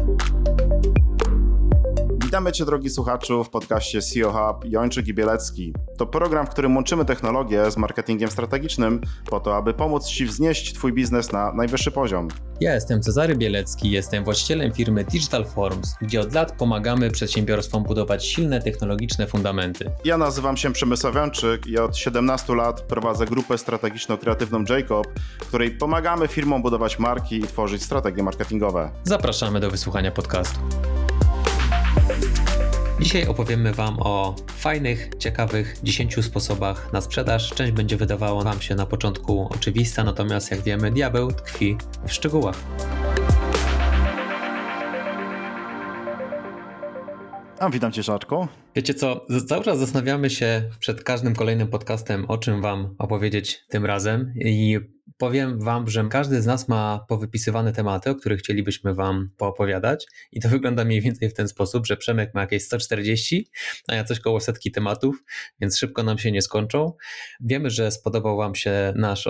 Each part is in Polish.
Witamy Cię, drogi słuchaczu, w podcaście CEO Hub Jończyk i Bielecki. To program, w którym łączymy technologię z marketingiem strategicznym po to, aby pomóc Ci wznieść Twój biznes na najwyższy poziom. Ja jestem Cezary Bielecki, jestem właścicielem firmy Digital Forms, gdzie od lat pomagamy przedsiębiorstwom budować silne technologiczne fundamenty. Ja nazywam się Przemysław Jończyk i od 17 lat prowadzę grupę strategiczno-kreatywną Jacob, w której pomagamy firmom budować marki i tworzyć strategie marketingowe. Zapraszamy do wysłuchania podcastu. Dzisiaj opowiemy Wam o fajnych, ciekawych 10 sposobach na sprzedaż. Część będzie wydawała Wam się na początku oczywista, natomiast jak wiemy, diabeł tkwi w szczegółach. Witam Cię, Żaczku. Wiecie co, cały czas zastanawiamy się przed każdym kolejnym podcastem, o czym Wam opowiedzieć tym razem i powiem Wam, że każdy z nas ma powypisywane tematy, o których chcielibyśmy Wam poopowiadać i to wygląda mniej więcej w ten sposób, że Przemek ma jakieś 140, a ja coś koło setki tematów, więc szybko nam się nie skończą. Wiemy, że spodobał Wam się nasz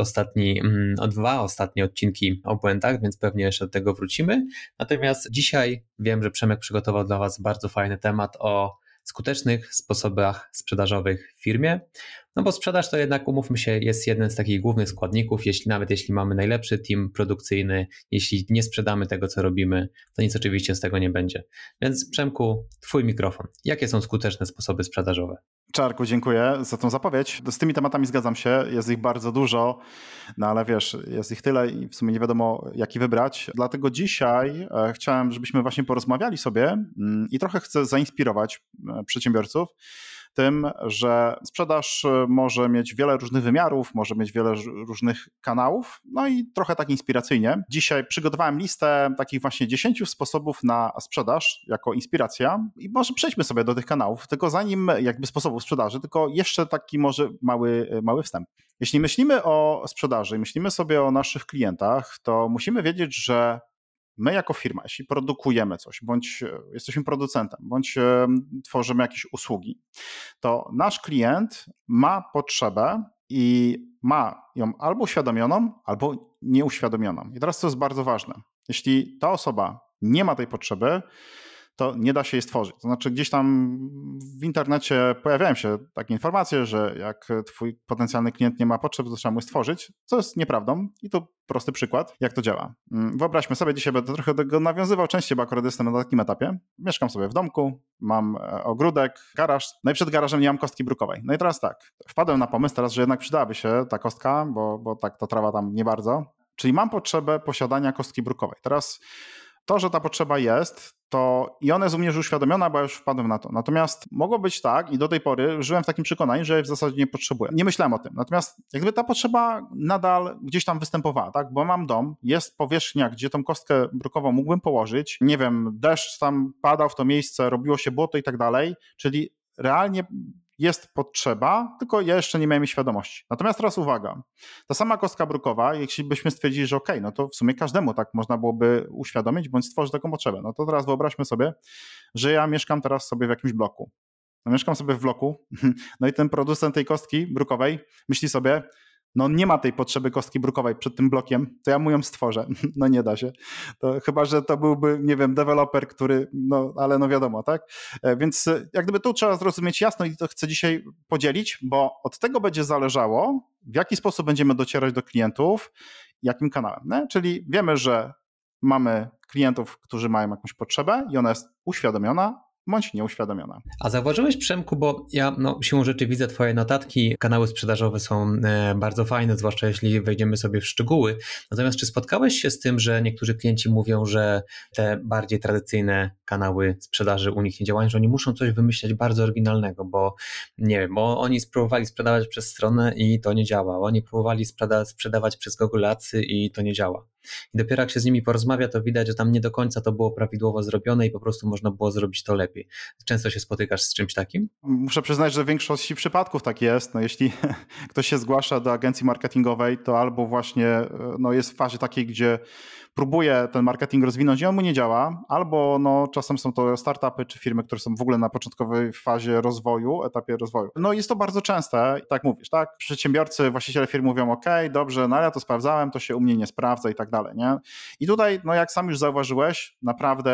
dwa ostatnie odcinki o błędach, więc pewnie jeszcze do tego wrócimy. Natomiast dzisiaj wiem, że Przemek przygotował dla Was bardzo fajny temat o skutecznych sposobach sprzedażowych w firmie. No bo sprzedaż to jednak, umówmy się, jest jeden z takich głównych składników, jeśli mamy najlepszy team produkcyjny, jeśli nie sprzedamy tego, co robimy, to nic oczywiście z tego nie będzie. Więc Przemku, Twój mikrofon. Jakie są skuteczne sposoby sprzedażowe? Czarku, dziękuję za tą zapowiedź. Z tymi tematami zgadzam się, jest ich bardzo dużo, no ale wiesz, jest ich tyle i w sumie nie wiadomo, jaki wybrać. Dlatego dzisiaj chciałem, żebyśmy właśnie porozmawiali sobie i trochę chcę zainspirować przedsiębiorców tym, że sprzedaż może mieć wiele różnych wymiarów, może mieć wiele różnych kanałów, no i trochę tak inspiracyjnie. Dzisiaj przygotowałem listę takich właśnie 10 sposobów na sprzedaż jako inspiracja i może przejdźmy sobie do tych kanałów, tylko zanim jakby sposobów sprzedaży, tylko jeszcze taki może mały wstęp. Jeśli myślimy o sprzedaży, myślimy sobie o naszych klientach, to musimy wiedzieć, że my jako firma, jeśli produkujemy coś, bądź jesteśmy producentem, bądź tworzymy jakieś usługi, to nasz klient ma potrzebę i ma ją albo uświadomioną, albo nieuświadomioną. I teraz to jest bardzo ważne. Jeśli ta osoba nie ma tej potrzeby, to nie da się jej stworzyć. To znaczy gdzieś tam w internecie pojawiają się takie informacje, że jak twój potencjalny klient nie ma potrzeb, to trzeba mu stworzyć, co jest nieprawdą i to prosty przykład, jak to działa. Wyobraźmy sobie, dzisiaj będę trochę do tego nawiązywał częściej, bo akurat jestem na takim etapie. Mieszkam sobie w domku, mam ogródek, garaż, no i przed garażem nie mam kostki brukowej. No i teraz tak, wpadłem na pomysł teraz, że jednak przydałaby się ta kostka, bo tak ta trawa tam nie bardzo. Czyli mam potrzebę posiadania kostki brukowej. Teraz to, że ta potrzeba jest, to i ona jest u mnie już uświadomiona, bo ja już wpadłem na to. Natomiast mogło być tak i do tej pory żyłem w takim przekonaniu, że w zasadzie nie potrzebuję. Nie myślałem o tym. Natomiast jakby ta potrzeba nadal gdzieś tam występowała, tak? Bo mam dom, jest powierzchnia, gdzie tą kostkę brukową mógłbym położyć. Nie wiem, deszcz tam padał w to miejsce, robiło się błoto i tak dalej, czyli realnie jest potrzeba, tylko ja jeszcze nie miałem jej świadomości. Natomiast teraz uwaga, ta sama kostka brukowa, jeśli byśmy stwierdzili, że okej, no to w sumie każdemu tak można byłoby uświadomić, bądź stworzyć taką potrzebę. No to teraz wyobraźmy sobie, że ja mieszkam teraz sobie w jakimś bloku. No mieszkam sobie w bloku, no i ten producent tej kostki brukowej myśli sobie, no nie ma tej potrzeby kostki brukowej przed tym blokiem, to ja mu ją stworzę. No nie da się. To chyba, że to byłby, nie wiem, deweloper, który, no ale no wiadomo, tak? Więc jak gdyby tu trzeba zrozumieć jasno i to chcę dzisiaj podzielić, bo od tego będzie zależało, w jaki sposób będziemy docierać do klientów, jakim kanałem. Nie? Czyli wiemy, że mamy klientów, którzy mają jakąś potrzebę i ona jest uświadomiona, bądź nieuświadomiona. A zauważyłeś, Przemku, bo ja siłą rzeczy widzę Twoje notatki, kanały sprzedażowe są bardzo fajne, zwłaszcza jeśli wejdziemy sobie w szczegóły. Natomiast czy spotkałeś się z tym, że niektórzy klienci mówią, że te bardziej tradycyjne kanały sprzedaży u nich nie działają, że oni muszą coś wymyśleć bardzo oryginalnego, bo nie wiem, bo oni spróbowali sprzedawać przez stronę i to nie działa, oni próbowali sprzedawać przez Google Adsy i to nie działa. I dopiero jak się z nimi porozmawia, to widać, że tam nie do końca to było prawidłowo zrobione i po prostu można było zrobić to lepiej. Często się spotykasz z czymś takim? Muszę przyznać, że w większości przypadków tak jest. No, jeśli ktoś się zgłasza do agencji marketingowej, to albo właśnie jest w fazie takiej, gdzie próbuje ten marketing rozwinąć i on mu nie działa, albo czasem są to startupy czy firmy, które są w ogóle na początkowej fazie rozwoju, etapie rozwoju. No jest to bardzo częste, tak mówisz, tak? Przedsiębiorcy, właściciele firm mówią, dobrze, ja to sprawdzałem, to się u mnie nie sprawdza i tak dalej, nie? I tutaj, jak sam już zauważyłeś, naprawdę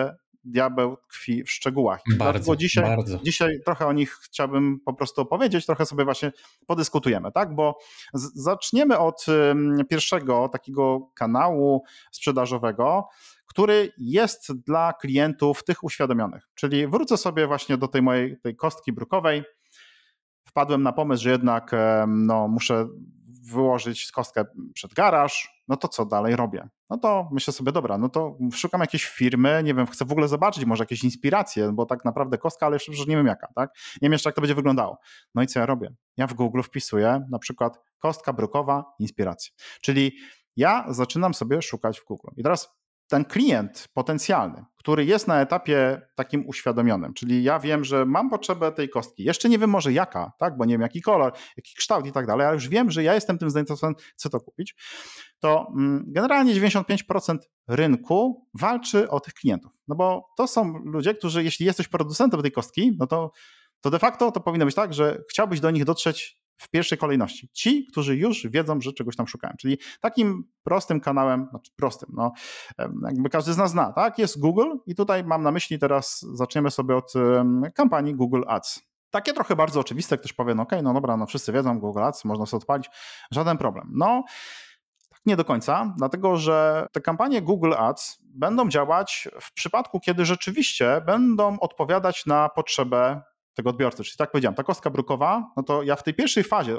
diabeł tkwi w szczegółach. Dlatego Bardzo, bardzo. dzisiaj trochę o nich chciałbym po prostu opowiedzieć, trochę sobie właśnie podyskutujemy, tak? Bo zaczniemy od pierwszego takiego kanału sprzedażowego, który jest dla klientów tych uświadomionych. Czyli wrócę sobie właśnie do tej kostki brukowej. Wpadłem na pomysł, że jednak muszę wyłożyć kostkę przed garaż, no to co dalej robię? No to myślę sobie, dobra, no to szukam jakiejś firmy, nie wiem, chcę w ogóle zobaczyć może jakieś inspiracje, bo tak naprawdę kostka, ale jeszcze przecież nie wiem jaka, tak? Nie wiem jeszcze jak to będzie wyglądało. No i co ja robię? Ja w Google wpisuję na przykład kostka brukowa, inspiracje. Czyli ja zaczynam sobie szukać w Google. I teraz ten klient potencjalny, który jest na etapie takim uświadomionym, czyli ja wiem, że mam potrzebę tej kostki, jeszcze nie wiem może jaka, tak, bo nie wiem jaki kolor, jaki kształt i tak dalej, ale już wiem, że ja jestem tym zainteresowany, chcę to kupić, to generalnie 95% rynku walczy o tych klientów, no bo to są ludzie, którzy jeśli jesteś producentem tej kostki, no to de facto to powinno być tak, że chciałbyś do nich dotrzeć w pierwszej kolejności. Ci, którzy już wiedzą, że czegoś tam szukają. Czyli takim prostym kanałem, znaczy prostym, no jakby każdy z nas zna, tak? Jest Google i tutaj mam na myśli teraz, zaczniemy sobie od kampanii Google Ads. Takie trochę bardzo oczywiste, ktoś powie, no okej, no dobra, no wszyscy wiedzą Google Ads, można sobie odpalić, żaden problem. No, tak nie do końca, dlatego że te kampanie Google Ads będą działać w przypadku, kiedy rzeczywiście będą odpowiadać na potrzebę tego odbiorcy. Czyli tak powiedziałem, ta kostka brukowa, no to ja w tej pierwszej fazie,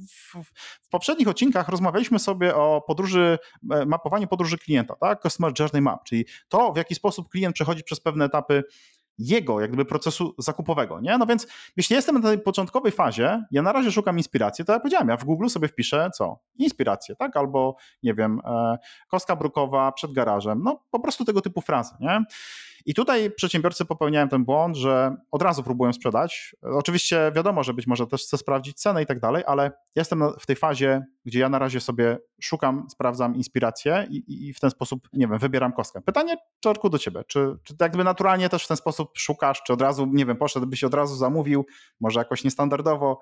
w poprzednich odcinkach rozmawialiśmy sobie o mapowaniu podróży klienta, tak? Customer Journey Map, czyli to, w jaki sposób klient przechodzi przez pewne etapy jego jak gdyby procesu zakupowego, nie? No więc jeśli jestem na tej początkowej fazie, ja na razie szukam inspiracji, to ja powiedziałem, ja w Google sobie wpiszę co? Inspirację, tak? Albo nie wiem, kostka brukowa przed garażem, no po prostu tego typu frazy, nie? I tutaj przedsiębiorcy popełniają ten błąd, że od razu próbują sprzedać. Oczywiście wiadomo, że być może też chcę sprawdzić cenę i tak dalej, ale jestem w tej fazie, gdzie ja na razie sobie szukam, sprawdzam inspirację i w ten sposób, nie wiem, wybieram kostkę. Pytanie, Czarku, do ciebie. Czy tak jakby naturalnie też w ten sposób szukasz, czy od razu, nie wiem, byś od razu zamówił, może jakoś niestandardowo?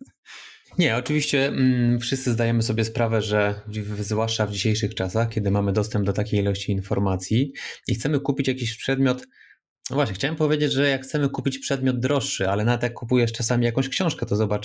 Nie, oczywiście wszyscy zdajemy sobie sprawę, że zwłaszcza w dzisiejszych czasach, kiedy mamy dostęp do takiej ilości informacji i chcemy kupić jakiś przedmiot, no właśnie, chciałem powiedzieć, że jak chcemy kupić przedmiot droższy, ale nawet jak kupujesz czasami jakąś książkę, to zobacz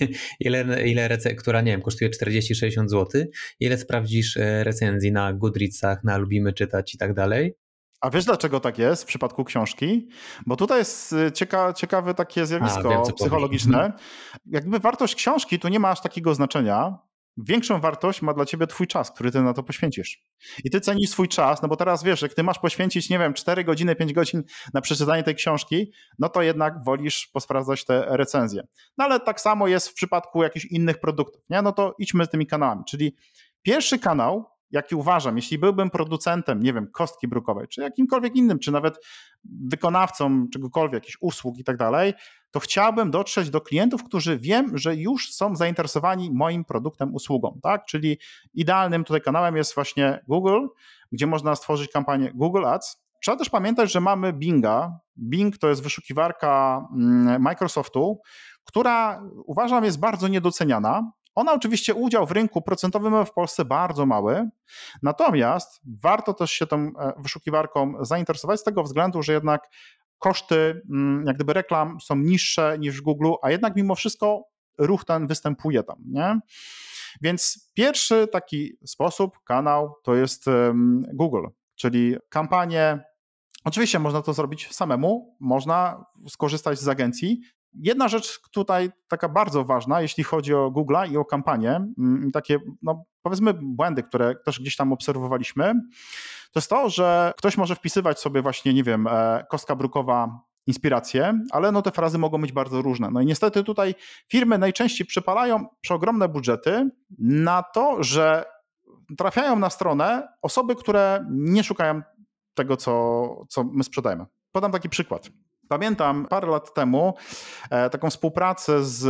która, nie wiem, kosztuje 40-60 zł, ile sprawdzisz recenzji na Goodreadsach, na Lubimy Czytać i tak dalej. A wiesz, dlaczego tak jest w przypadku książki? Bo tutaj jest ciekawe takie zjawisko psychologiczne. Jakby wartość książki tu nie ma aż takiego znaczenia. Większą wartość ma dla ciebie twój czas, który ty na to poświęcisz. I ty cenisz swój czas, no bo teraz wiesz, jak ty masz poświęcić, nie wiem, 4 godziny, 5 godzin na przeczytanie tej książki, no to jednak wolisz posprawdzać te recenzje. No ale tak samo jest w przypadku jakichś innych produktów, nie? No to idźmy z tymi kanałami. Czyli pierwszy kanał, jaki uważam, jeśli byłbym producentem, nie wiem, kostki brukowej, czy jakimkolwiek innym, czy nawet wykonawcą czegokolwiek, jakichś usług i tak dalej, to chciałbym dotrzeć do klientów, którzy wiem, że już są zainteresowani moim produktem, usługą, tak? Czyli idealnym tutaj kanałem jest właśnie Google, gdzie można stworzyć kampanię Google Ads. Trzeba też pamiętać, że mamy Binga. Bing to jest wyszukiwarka Microsoftu, która uważam jest bardzo niedoceniana. Ona oczywiście udział w rynku procentowy ma w Polsce bardzo mały, natomiast warto też się tą wyszukiwarką zainteresować z tego względu, że jednak koszty jak gdyby reklam są niższe niż w Google, a jednak mimo wszystko ruch ten występuje tam, nie? Więc pierwszy taki sposób, kanał to jest Google, czyli kampanie. Oczywiście można to zrobić samemu, można skorzystać z agencji. Jedna rzecz tutaj taka bardzo ważna, jeśli chodzi o Google'a i o kampanię, takie no powiedzmy błędy, które też gdzieś tam obserwowaliśmy, to jest to, że ktoś może wpisywać sobie właśnie, nie wiem, kostka brukowa, inspiracje, ale no te frazy mogą być bardzo różne. No i niestety tutaj firmy najczęściej przepalają przeogromne budżety na to, że trafiają na stronę osoby, które nie szukają tego, co my sprzedajemy. Podam taki przykład. Pamiętam parę lat temu taką współpracę z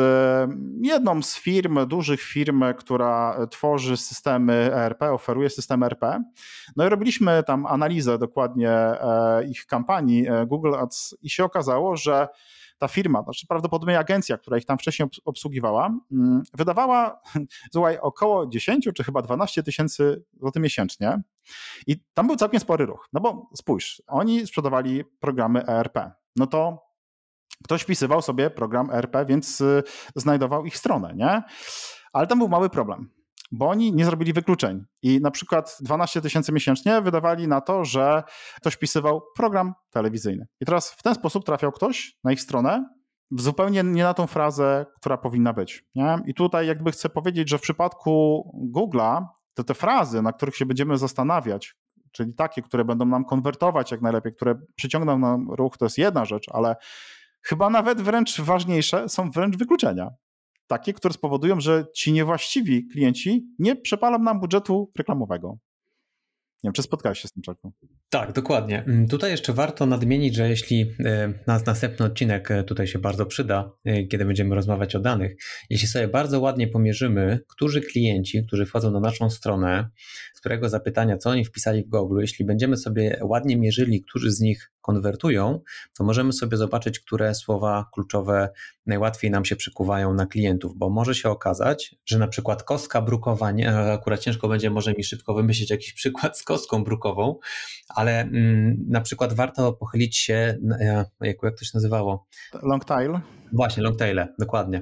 jedną z firm, dużych firm, która tworzy systemy ERP, oferuje systemy ERP. No i robiliśmy tam analizę dokładnie ich kampanii Google Ads i się okazało, że ta firma, znaczy prawdopodobnie agencja, która ich tam wcześniej obsługiwała, wydawała, słuchaj, około 10 czy chyba 12 tysięcy złotych miesięcznie i tam był całkiem spory ruch, no bo spójrz, oni sprzedawali programy ERP, no to ktoś wpisywał sobie program ERP, więc znajdował ich stronę, nie? Ale tam był mały problem, bo oni nie zrobili wykluczeń i na przykład 12 tysięcy miesięcznie wydawali na to, że ktoś wpisywał program telewizyjny. I teraz w ten sposób trafiał ktoś na ich stronę zupełnie nie na tą frazę, która powinna być. Nie? I tutaj jakby chcę powiedzieć, że w przypadku Google'a to te frazy, na których się będziemy zastanawiać, czyli takie, które będą nam konwertować jak najlepiej, które przyciągną nam ruch, to jest jedna rzecz, ale chyba nawet wręcz ważniejsze są wręcz wykluczenia. Takie, które spowodują, że ci niewłaściwi klienci nie przepalą nam budżetu reklamowego. Nie wiem, czy spotkałeś się z tym, Czarku? Tak, dokładnie. Tutaj jeszcze warto nadmienić, że jeśli następny odcinek tutaj się bardzo przyda, kiedy będziemy rozmawiać o danych, jeśli sobie bardzo ładnie pomierzymy, którzy klienci, którzy wchodzą na naszą stronę, z którego zapytania, co oni wpisali w Google, jeśli będziemy sobie ładnie mierzyli, którzy z nich konwertują, to możemy sobie zobaczyć, które słowa kluczowe najłatwiej nam się przykuwają na klientów, bo może się okazać, że na przykład kostka brukowa, akurat ciężko będzie może mi szybko wymyślić jakiś przykład z kostką brukową, ale na przykład warto pochylić się, jak to się nazywało? Long tail. Właśnie, long taile, dokładnie.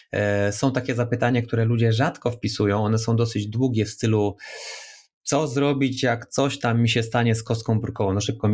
Są takie zapytania, które ludzie rzadko wpisują, one są dosyć długie w stylu co zrobić, jak coś tam mi się stanie z kostką brukową. No szybko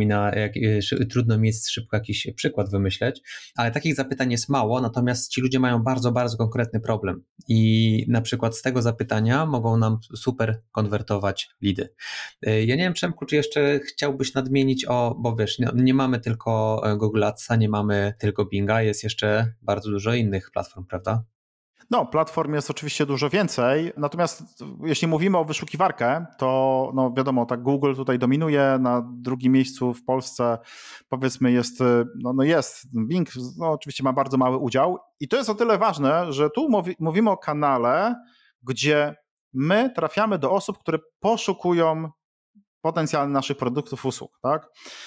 trudno mi jest szybko jakiś przykład wymyśleć, ale takich zapytań jest mało, natomiast ci ludzie mają bardzo, bardzo konkretny problem i na przykład z tego zapytania mogą nam super konwertować lidy. Ja nie wiem, Przemku, czy jeszcze chciałbyś nadmienić bo wiesz, nie mamy tylko Google Adsa, nie mamy tylko Binga, jest jeszcze bardzo dużo innych platform, prawda? No, platform jest oczywiście dużo więcej, natomiast jeśli mówimy o wyszukiwarkę, to no wiadomo, tak Google tutaj dominuje, na drugim miejscu w Polsce powiedzmy jest, jest Bing, oczywiście ma bardzo mały udział i to jest o tyle ważne, że tu mówimy o kanale, gdzie my trafiamy do osób, które poszukują potencjalnie naszych produktów, usług, tak?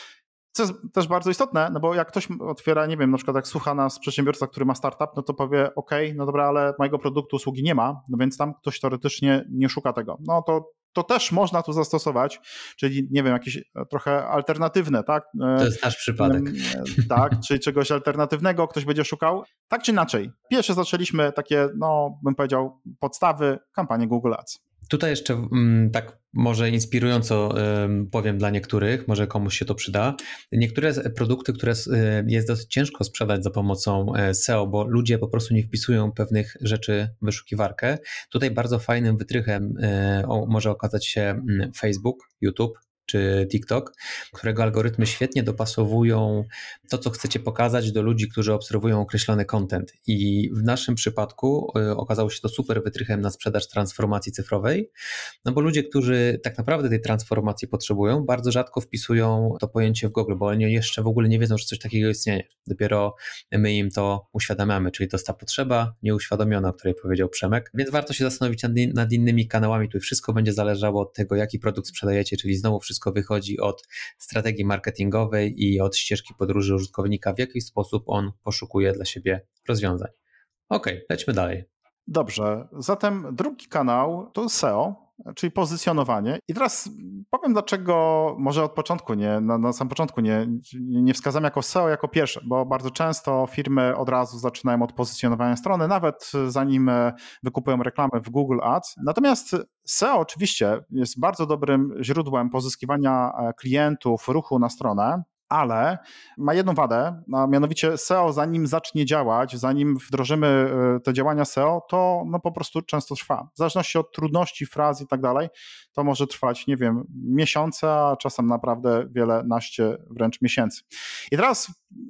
Co jest też bardzo istotne, no bo jak ktoś otwiera, nie wiem, na przykład jak słucha nas przedsiębiorca, który ma startup, no to powie, OK, no dobra, ale mojego produktu, usługi nie ma, no więc tam ktoś teoretycznie nie szuka tego. No to też można tu zastosować, czyli nie wiem, jakieś trochę alternatywne, tak? To jest nasz przypadek. Tak, czyli czegoś alternatywnego ktoś będzie szukał. Tak czy inaczej, pierwsze zaczęliśmy takie, bym powiedział, podstawy kampanii Google Ads. Tutaj jeszcze tak może inspirująco powiem dla niektórych, może komuś się to przyda. Niektóre produkty, które jest dosyć ciężko sprzedać za pomocą SEO, bo ludzie po prostu nie wpisują pewnych rzeczy w wyszukiwarkę. Tutaj bardzo fajnym wytrychem może okazać się Facebook, YouTube czy TikTok, którego algorytmy świetnie dopasowują to, co chcecie pokazać do ludzi, którzy obserwują określony content. I w naszym przypadku okazało się to super wytrychem na sprzedaż transformacji cyfrowej, no bo ludzie, którzy tak naprawdę tej transformacji potrzebują, bardzo rzadko wpisują to pojęcie w Google, bo oni jeszcze w ogóle nie wiedzą, że coś takiego istnieje. Dopiero my im to uświadamiamy, czyli to jest ta potrzeba nieuświadomiona, o której powiedział Przemek. Więc warto się zastanowić nad innymi kanałami. Tu wszystko będzie zależało od tego, jaki produkt sprzedajecie, czyli znowu wszystko wychodzi od strategii marketingowej i od ścieżki podróży użytkownika, w jaki sposób on poszukuje dla siebie rozwiązań. Okej, lećmy dalej. Dobrze, zatem drugi kanał to SEO, czyli pozycjonowanie. I teraz powiem dlaczego, może od początku, na sam początku nie wskazam jako SEO jako pierwsze, bo bardzo często firmy od razu zaczynają od pozycjonowania strony, nawet zanim wykupują reklamę w Google Ads. Natomiast SEO oczywiście jest bardzo dobrym źródłem pozyskiwania klientów, ruchu na stronę, ale ma jedną wadę, a mianowicie SEO zanim zacznie działać, zanim wdrożymy te działania SEO, to po prostu często trwa. W zależności od trudności fraz i tak dalej, to może trwać, nie wiem, miesiące, a czasem naprawdę wielenaście wręcz miesięcy. I teraz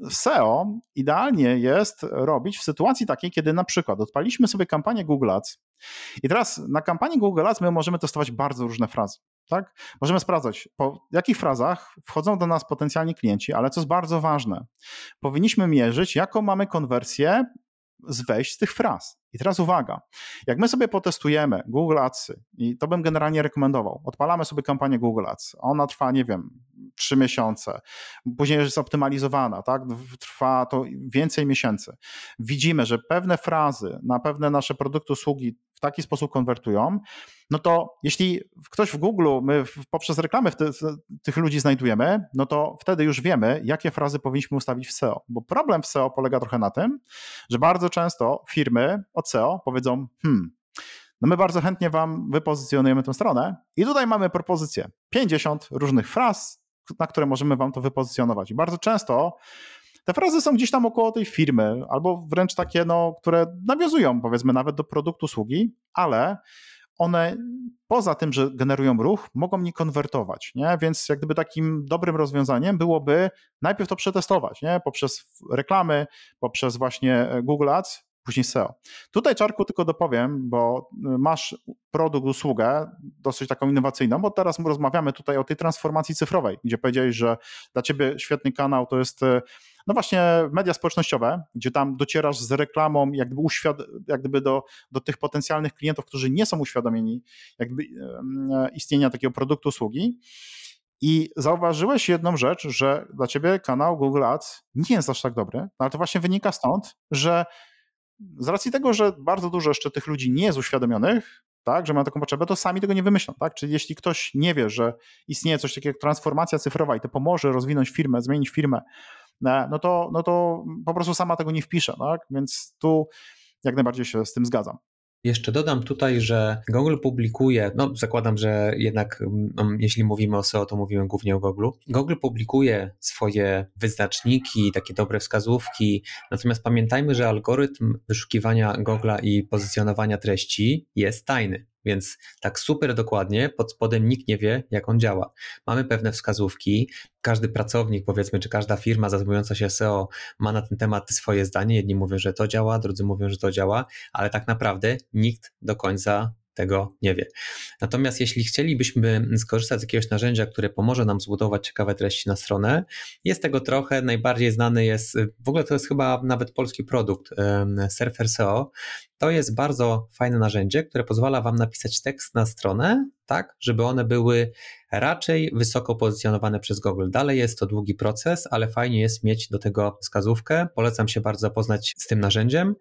SEO idealnie jest robić w sytuacji takiej, kiedy na przykład odpaliśmy sobie kampanię Google Ads i teraz na kampanii Google Ads my możemy testować bardzo różne frazy. Tak? Możemy sprawdzać, po jakich frazach wchodzą do nas potencjalni klienci, ale co jest bardzo ważne, powinniśmy mierzyć, jaką mamy konwersję z wejść z tych fraz. I teraz uwaga, jak my sobie potestujemy Google Adsy i to bym generalnie rekomendował, odpalamy sobie kampanię Google Ads, ona trwa, nie wiem, 3 miesiące, później jest zoptymalizowana, tak? Trwa to więcej miesięcy. Widzimy, że pewne frazy na pewne nasze produkty, usługi w taki sposób konwertują, no to jeśli ktoś w Google, my poprzez reklamy tych ludzi znajdujemy, no to wtedy już wiemy, jakie frazy powinniśmy ustawić w SEO. Bo problem w SEO polega trochę na tym, że bardzo często firmy od SEO powiedzą, no my bardzo chętnie wam wypozycjonujemy tę stronę i tutaj mamy propozycję 50 różnych fraz, na które możemy wam to wypozycjonować. I bardzo często te frazy są gdzieś tam około tej firmy, albo wręcz takie, no, które nawiązują powiedzmy nawet do produktu, usługi, ale one poza tym, że generują ruch, mogą nie konwertować, nie? Więc jak gdyby takim dobrym rozwiązaniem byłoby najpierw to przetestować, nie? Poprzez reklamy, poprzez właśnie Google Ads, później SEO. Tutaj, Czarku, tylko dopowiem, bo masz produkt, usługę dosyć taką innowacyjną, bo teraz rozmawiamy tutaj o tej transformacji cyfrowej, gdzie powiedziałeś, że dla ciebie świetny kanał to jest no właśnie media społecznościowe, gdzie tam docierasz z reklamą jak gdyby do tych potencjalnych klientów, którzy nie są uświadomieni jakby istnienia takiego produktu, usługi. I zauważyłeś jedną rzecz, że dla ciebie kanał Google Ads nie jest aż tak dobry, no ale to właśnie wynika stąd, że z racji tego, że bardzo dużo jeszcze tych ludzi nie jest uświadomionych, tak, że mają taką potrzebę, to sami tego nie wymyślą. Tak? Czyli jeśli ktoś nie wie, że istnieje coś takiego jak transformacja cyfrowa i to pomoże rozwinąć firmę, zmienić firmę, no to po prostu sama tego nie wpisze. Tak? Więc tu jak najbardziej się z tym zgadzam. Jeszcze dodam tutaj, że Google publikuje, no zakładam, że jednak jeśli mówimy o SEO, to mówimy głównie o Google. Google publikuje swoje wyznaczniki, takie dobre wskazówki, natomiast pamiętajmy, że algorytm wyszukiwania Google'a i pozycjonowania treści jest tajny. Więc tak super dokładnie pod spodem nikt nie wie, jak on działa. Mamy pewne wskazówki, każdy pracownik, powiedzmy, czy każda firma zajmująca się SEO ma na ten temat swoje zdanie. Jedni mówią, że to działa, drudzy mówią, że to działa, ale tak naprawdę nikt do końca tego nie wie. Natomiast jeśli chcielibyśmy skorzystać z jakiegoś narzędzia, które pomoże nam zbudować ciekawe treści na stronę, jest tego trochę, najbardziej znany jest, w ogóle to jest chyba nawet polski produkt, Surfer SEO. To jest bardzo fajne narzędzie, które pozwala wam napisać tekst na stronę, tak, żeby one były raczej wysoko pozycjonowane przez Google. Dalej jest to długi proces, ale fajnie jest mieć do tego wskazówkę. Polecam się bardzo zapoznać z tym narzędziem.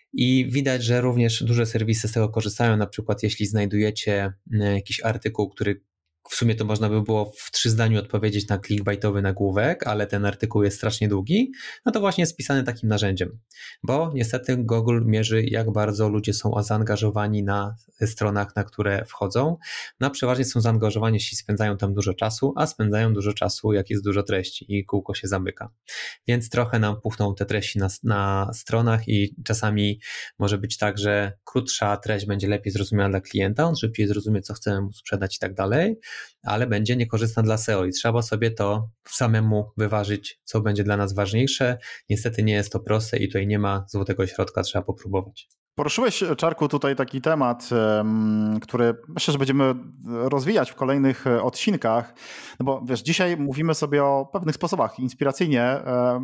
I widać, że również duże serwisy z tego korzystają, na przykład jeśli znajdujecie jakiś artykuł, który w sumie to można by było w 3 zdaniach odpowiedzieć na clickbaitowy nagłówek, ale ten artykuł jest strasznie długi, no to właśnie jest pisany takim narzędziem, bo niestety Google mierzy, jak bardzo ludzie są zaangażowani na stronach, na które wchodzą. No przeważnie są zaangażowani, jeśli spędzają tam dużo czasu, a spędzają dużo czasu, jak jest dużo treści i kółko się zamyka. Więc trochę nam puchną te treści na stronach i czasami może być tak, że krótsza treść będzie lepiej zrozumiała dla klienta, on szybciej zrozumie, co chcemy mu sprzedać i tak dalej, ale będzie niekorzystna dla SEO i trzeba sobie to samemu wyważyć, co będzie dla nas ważniejsze. Niestety nie jest to proste i tutaj nie ma złotego środka, trzeba popróbować. Poruszyłeś, Czarku, tutaj taki temat, który myślę, że będziemy rozwijać w kolejnych odcinkach, no bo wiesz, dzisiaj mówimy sobie o pewnych sposobach inspiracyjnie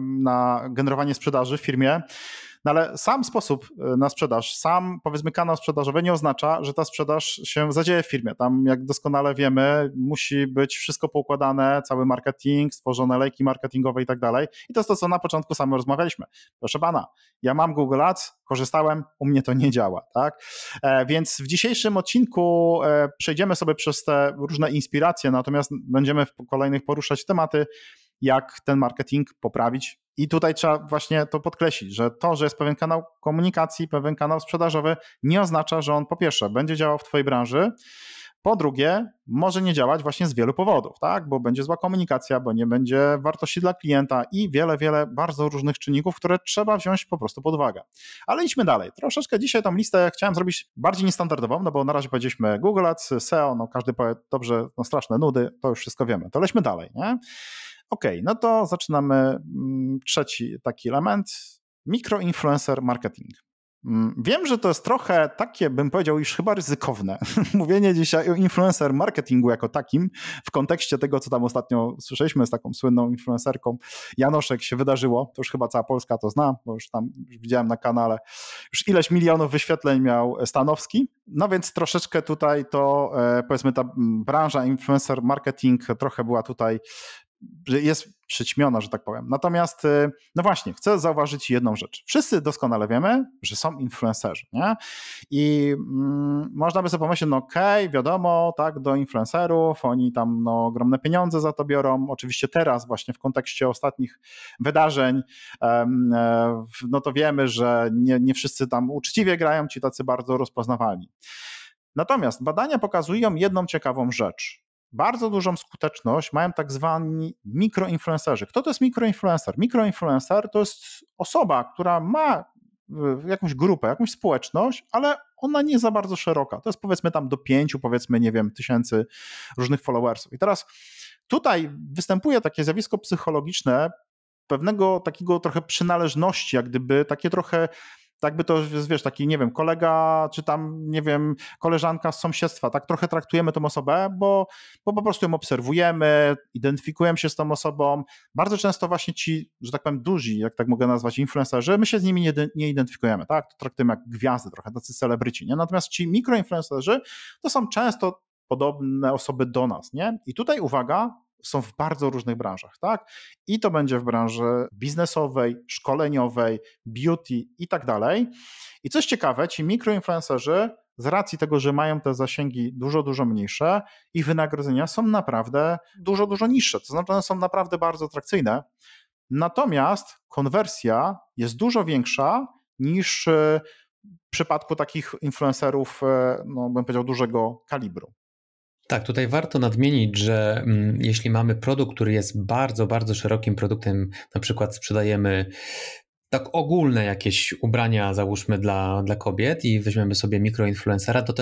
na generowanie sprzedaży w firmie, no ale sam sposób na sprzedaż, sam powiedzmy kanał sprzedażowy nie oznacza, że ta sprzedaż się zadzieje w firmie. Tam jak doskonale wiemy, musi być wszystko poukładane, cały marketing, stworzone lejki marketingowe i tak dalej. I to jest to, co na początku sami rozmawialiśmy. Proszę pana, ja mam Google Ads, korzystałem, u mnie to nie działa, tak? Więc w dzisiejszym odcinku przejdziemy sobie przez te różne inspiracje, natomiast będziemy w kolejnych poruszać tematy, jak ten marketing poprawić. I tutaj trzeba właśnie to podkreślić, że to, że jest pewien kanał komunikacji, pewien kanał sprzedażowy, nie oznacza, że on po pierwsze będzie działał w twojej branży, po drugie może nie działać właśnie z wielu powodów, tak? Bo będzie zła komunikacja, bo nie będzie wartości dla klienta i wiele bardzo różnych czynników, które trzeba wziąć po prostu pod uwagę. Ale idźmy dalej. Troszeczkę dzisiaj tą listę chciałem zrobić bardziej niestandardową, no bo na razie powiedzieliśmy Google Ads, SEO, no każdy powie, dobrze, no straszne nudy, to już wszystko wiemy. To lećmy dalej, nie? Okej, no to zaczynamy trzeci taki element, mikroinfluencer marketing. Wiem, że to jest trochę takie, bym powiedział, już chyba ryzykowne. Mówienie dzisiaj o influencer marketingu jako takim w kontekście tego, co tam ostatnio słyszeliśmy z taką słynną influencerką Janoszek się wydarzyło. To już chyba cała Polska to zna, bo już tam już widziałem na kanale. Już ileś milionów wyświetleń miał Stanowski. No więc troszeczkę tutaj to, powiedzmy, ta branża influencer marketing trochę była tutaj, jest przyćmiona, że tak powiem. Natomiast, no właśnie, chcę zauważyć jedną rzecz. Wszyscy doskonale wiemy, że są influencerzy, nie? I można by sobie pomyśleć, no okej, wiadomo, tak, do influencerów, oni tam no, ogromne pieniądze za to biorą. Oczywiście teraz właśnie w kontekście ostatnich wydarzeń, no to wiemy, że nie wszyscy tam uczciwie grają, ci tacy bardzo rozpoznawalni. Natomiast badania pokazują jedną ciekawą rzecz. Bardzo dużą skuteczność mają tak zwani mikroinfluencerzy. Kto to jest mikroinfluencer? Mikroinfluencer to jest osoba, która ma jakąś grupę, jakąś społeczność, ale ona nie za bardzo szeroka. To jest powiedzmy tam do 5, powiedzmy, nie wiem, tysięcy różnych followersów. I teraz tutaj występuje takie zjawisko psychologiczne pewnego takiego trochę przynależności, jak gdyby takie trochę, tak by to, wiesz, taki, nie wiem, kolega, czy tam, nie wiem, koleżanka z sąsiedztwa, tak trochę traktujemy tą osobę, bo po prostu ją obserwujemy, identyfikujemy się z tą osobą. Bardzo często właśnie ci, że tak powiem, duzi, jak tak mogę nazwać, influencerzy, my się z nimi nie identyfikujemy, tak? To traktujemy jak gwiazdy trochę, tacy celebryci, nie? Natomiast ci mikroinfluencerzy to są często podobne osoby do nas, nie? I tutaj uwaga, są w bardzo różnych branżach, tak? I to będzie w branży biznesowej, szkoleniowej, beauty i tak dalej. I coś ciekawe, ci mikroinfluencerzy z racji tego, że mają te zasięgi dużo mniejsze, ich wynagrodzenia są naprawdę dużo niższe. To znaczy one są naprawdę bardzo atrakcyjne. Natomiast konwersja jest dużo większa niż w przypadku takich influencerów, no bym powiedział, dużego kalibru. Tak, tutaj warto nadmienić, że jeśli mamy produkt, który jest bardzo szerokim produktem, na przykład sprzedajemy tak ogólne jakieś ubrania, załóżmy dla kobiet i weźmiemy sobie mikroinfluencera, to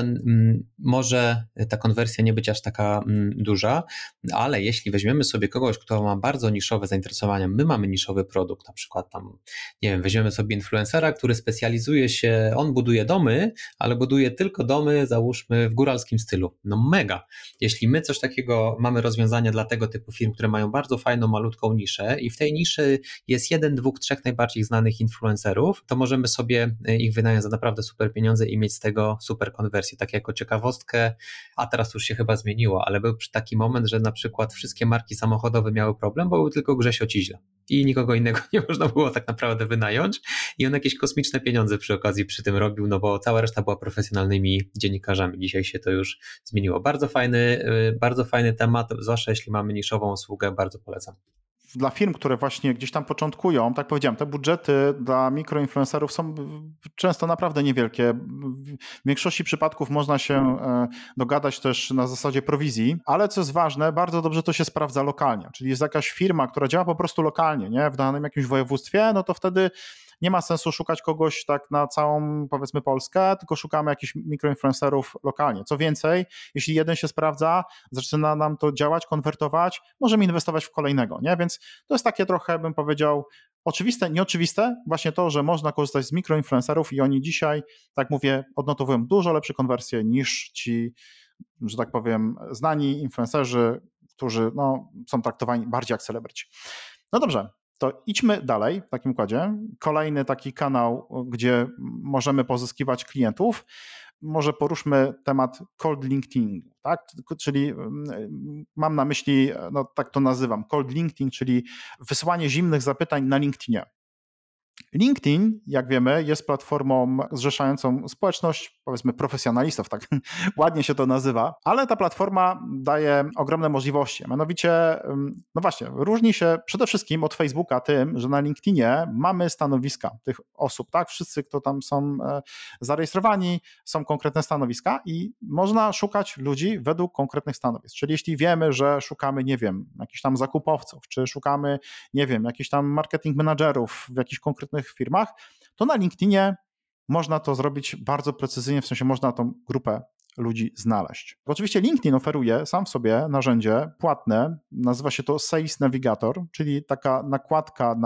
może ta konwersja nie być aż taka duża, ale jeśli weźmiemy sobie kogoś, kto ma bardzo niszowe zainteresowania, my mamy niszowy produkt, na przykład tam, nie wiem, weźmiemy sobie influencera, który specjalizuje się, on buduje domy, ale buduje tylko domy, załóżmy, w góralskim stylu. No mega. Jeśli my coś takiego mamy rozwiązania dla tego typu firm, które mają bardzo fajną, malutką niszę i w tej niszy jest 1, 2, 3 najbardziej znanych influencerów, to możemy sobie ich wynająć za naprawdę super pieniądze i mieć z tego super konwersję. Tak jako ciekawostkę, a teraz już się chyba zmieniło, ale był taki moment, że na przykład wszystkie marki samochodowe miały problem, bo był tylko Grzesio Ciźla i nikogo innego nie można było tak naprawdę wynająć i on jakieś kosmiczne pieniądze przy okazji przy tym robił, no bo cała reszta była profesjonalnymi dziennikarzami. Dzisiaj się to już zmieniło. Bardzo fajny temat, zwłaszcza jeśli mamy niszową usługę, bardzo polecam. Dla firm, które właśnie gdzieś tam początkują, tak powiedziałem, te budżety dla mikroinfluencerów są często naprawdę niewielkie. W większości przypadków można się dogadać też na zasadzie prowizji, ale co jest ważne, bardzo dobrze to się sprawdza lokalnie. Czyli jest jakaś firma, która działa po prostu lokalnie, nie? W danym jakimś województwie, no to wtedy nie ma sensu szukać kogoś tak na całą, powiedzmy, Polskę, tylko szukamy jakichś mikroinfluencerów lokalnie. Co więcej, jeśli jeden się sprawdza, zaczyna nam to działać, konwertować, możemy inwestować w kolejnego, nie? Więc to jest takie trochę, bym powiedział, oczywiste, nieoczywiste, właśnie to, że można korzystać z mikroinfluencerów i oni dzisiaj, tak mówię, odnotowują dużo lepsze konwersje niż ci, że tak powiem, znani influencerzy, którzy no, są traktowani bardziej jak celebryci. No dobrze, to idźmy dalej w takim układzie. Kolejny taki kanał, gdzie możemy pozyskiwać klientów. Może poruszmy temat cold LinkedIn, tak? Czyli mam na myśli, no tak to nazywam, cold LinkedIn, czyli wysyłanie zimnych zapytań na LinkedInie. LinkedIn, jak wiemy, jest platformą zrzeszającą społeczność, powiedzmy, profesjonalistów, tak ładnie się to nazywa, ale ta platforma daje ogromne możliwości. Mianowicie, no właśnie, różni się przede wszystkim od Facebooka tym, że na LinkedInie mamy stanowiska tych osób, tak? Wszyscy, kto tam są zarejestrowani, są konkretne stanowiska i można szukać ludzi według konkretnych stanowisk. Czyli jeśli wiemy, że szukamy, nie wiem, jakichś tam zakupowców, czy szukamy, nie wiem, jakichś tam marketing managerów w jakichś konkretnych firmach, to na LinkedInie można to zrobić bardzo precyzyjnie, w sensie można tą grupę ludzi znaleźć. Oczywiście LinkedIn oferuje sam w sobie narzędzie płatne, nazywa się to Sales Navigator, czyli taka nakładka na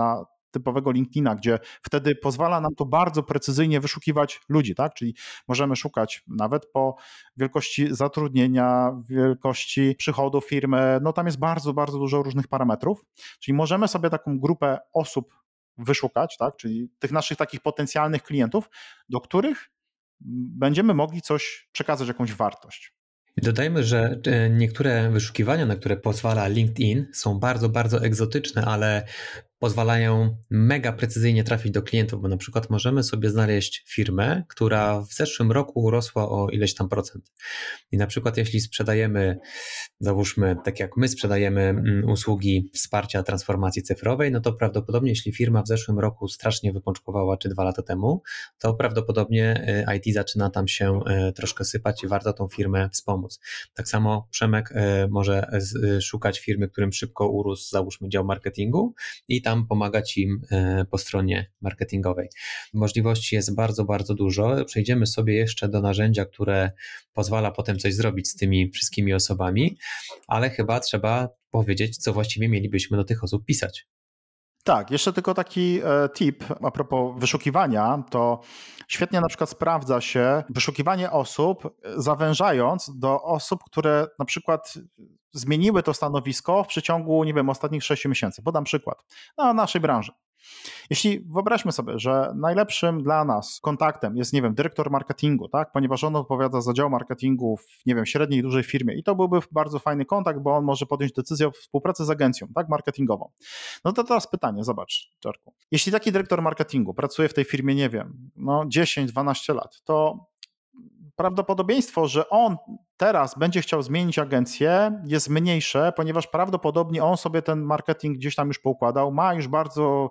typowego LinkedIna, gdzie wtedy pozwala nam to bardzo precyzyjnie wyszukiwać ludzi, tak? Czyli możemy szukać nawet po wielkości zatrudnienia, wielkości przychodu firmy, no tam jest bardzo, bardzo dużo różnych parametrów, czyli możemy sobie taką grupę osób wyszukać, tak? Czyli tych naszych takich potencjalnych klientów, do których będziemy mogli coś przekazać, jakąś wartość. Dodajmy, że niektóre wyszukiwania, na które pozwala LinkedIn, są bardzo, bardzo egzotyczne, ale pozwalają mega precyzyjnie trafić do klientów, bo na przykład możemy sobie znaleźć firmę, która w zeszłym roku urosła o ileś tam procent. I na przykład jeśli sprzedajemy, załóżmy, tak jak my sprzedajemy usługi wsparcia transformacji cyfrowej, no to prawdopodobnie jeśli firma w zeszłym roku strasznie wypączkowała, czy 2 lata temu, to prawdopodobnie IT zaczyna tam się troszkę sypać i warto tą firmę wspomóc. Tak samo Przemek może szukać firmy, którym szybko urósł, załóżmy, dział marketingu i tam pomagać im po stronie marketingowej. Możliwości jest bardzo, bardzo dużo. Przejdziemy sobie jeszcze do narzędzia, które pozwala potem coś zrobić z tymi wszystkimi osobami, ale chyba trzeba powiedzieć, co właściwie mielibyśmy do tych osób pisać. Tak, jeszcze tylko taki tip a propos wyszukiwania, to świetnie na przykład sprawdza się wyszukiwanie osób, zawężając do osób, które na przykład zmieniły to stanowisko w przeciągu, nie wiem, ostatnich 6 miesięcy. Podam przykład. Na naszej branży. Jeśli wyobraźmy sobie, że najlepszym dla nas kontaktem jest, nie wiem, dyrektor marketingu, tak, ponieważ on odpowiada za dział marketingu w, nie wiem, średniej, dużej firmie i to byłby bardzo fajny kontakt, bo on może podjąć decyzję o współpracy z agencją, tak, marketingową. No to teraz pytanie, zobacz, Czarku. Jeśli taki dyrektor marketingu pracuje w tej firmie, nie wiem, no 10-12 lat, to prawdopodobieństwo, że on teraz będzie chciał zmienić agencję, jest mniejsze, ponieważ prawdopodobnie on sobie ten marketing gdzieś tam już poukładał, ma już bardzo,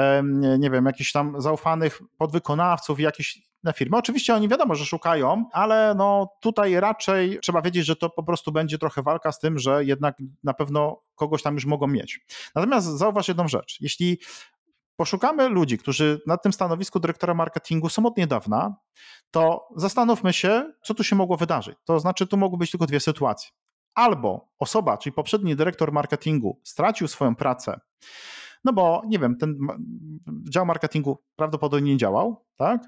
nie wiem, jakichś tam zaufanych podwykonawców i jakieś na firmy. Oczywiście oni wiadomo, że szukają, ale no tutaj raczej trzeba wiedzieć, że to po prostu będzie trochę walka z tym, że jednak na pewno kogoś tam już mogą mieć. Natomiast zauważ jedną rzecz. Jeśli poszukamy ludzi, którzy na tym stanowisku dyrektora marketingu są od niedawna, to zastanówmy się, co tu się mogło wydarzyć. To znaczy, tu mogły być tylko dwie sytuacje. Albo osoba, czyli poprzedni dyrektor marketingu stracił swoją pracę, no bo, nie wiem, ten dział marketingu prawdopodobnie nie działał, tak?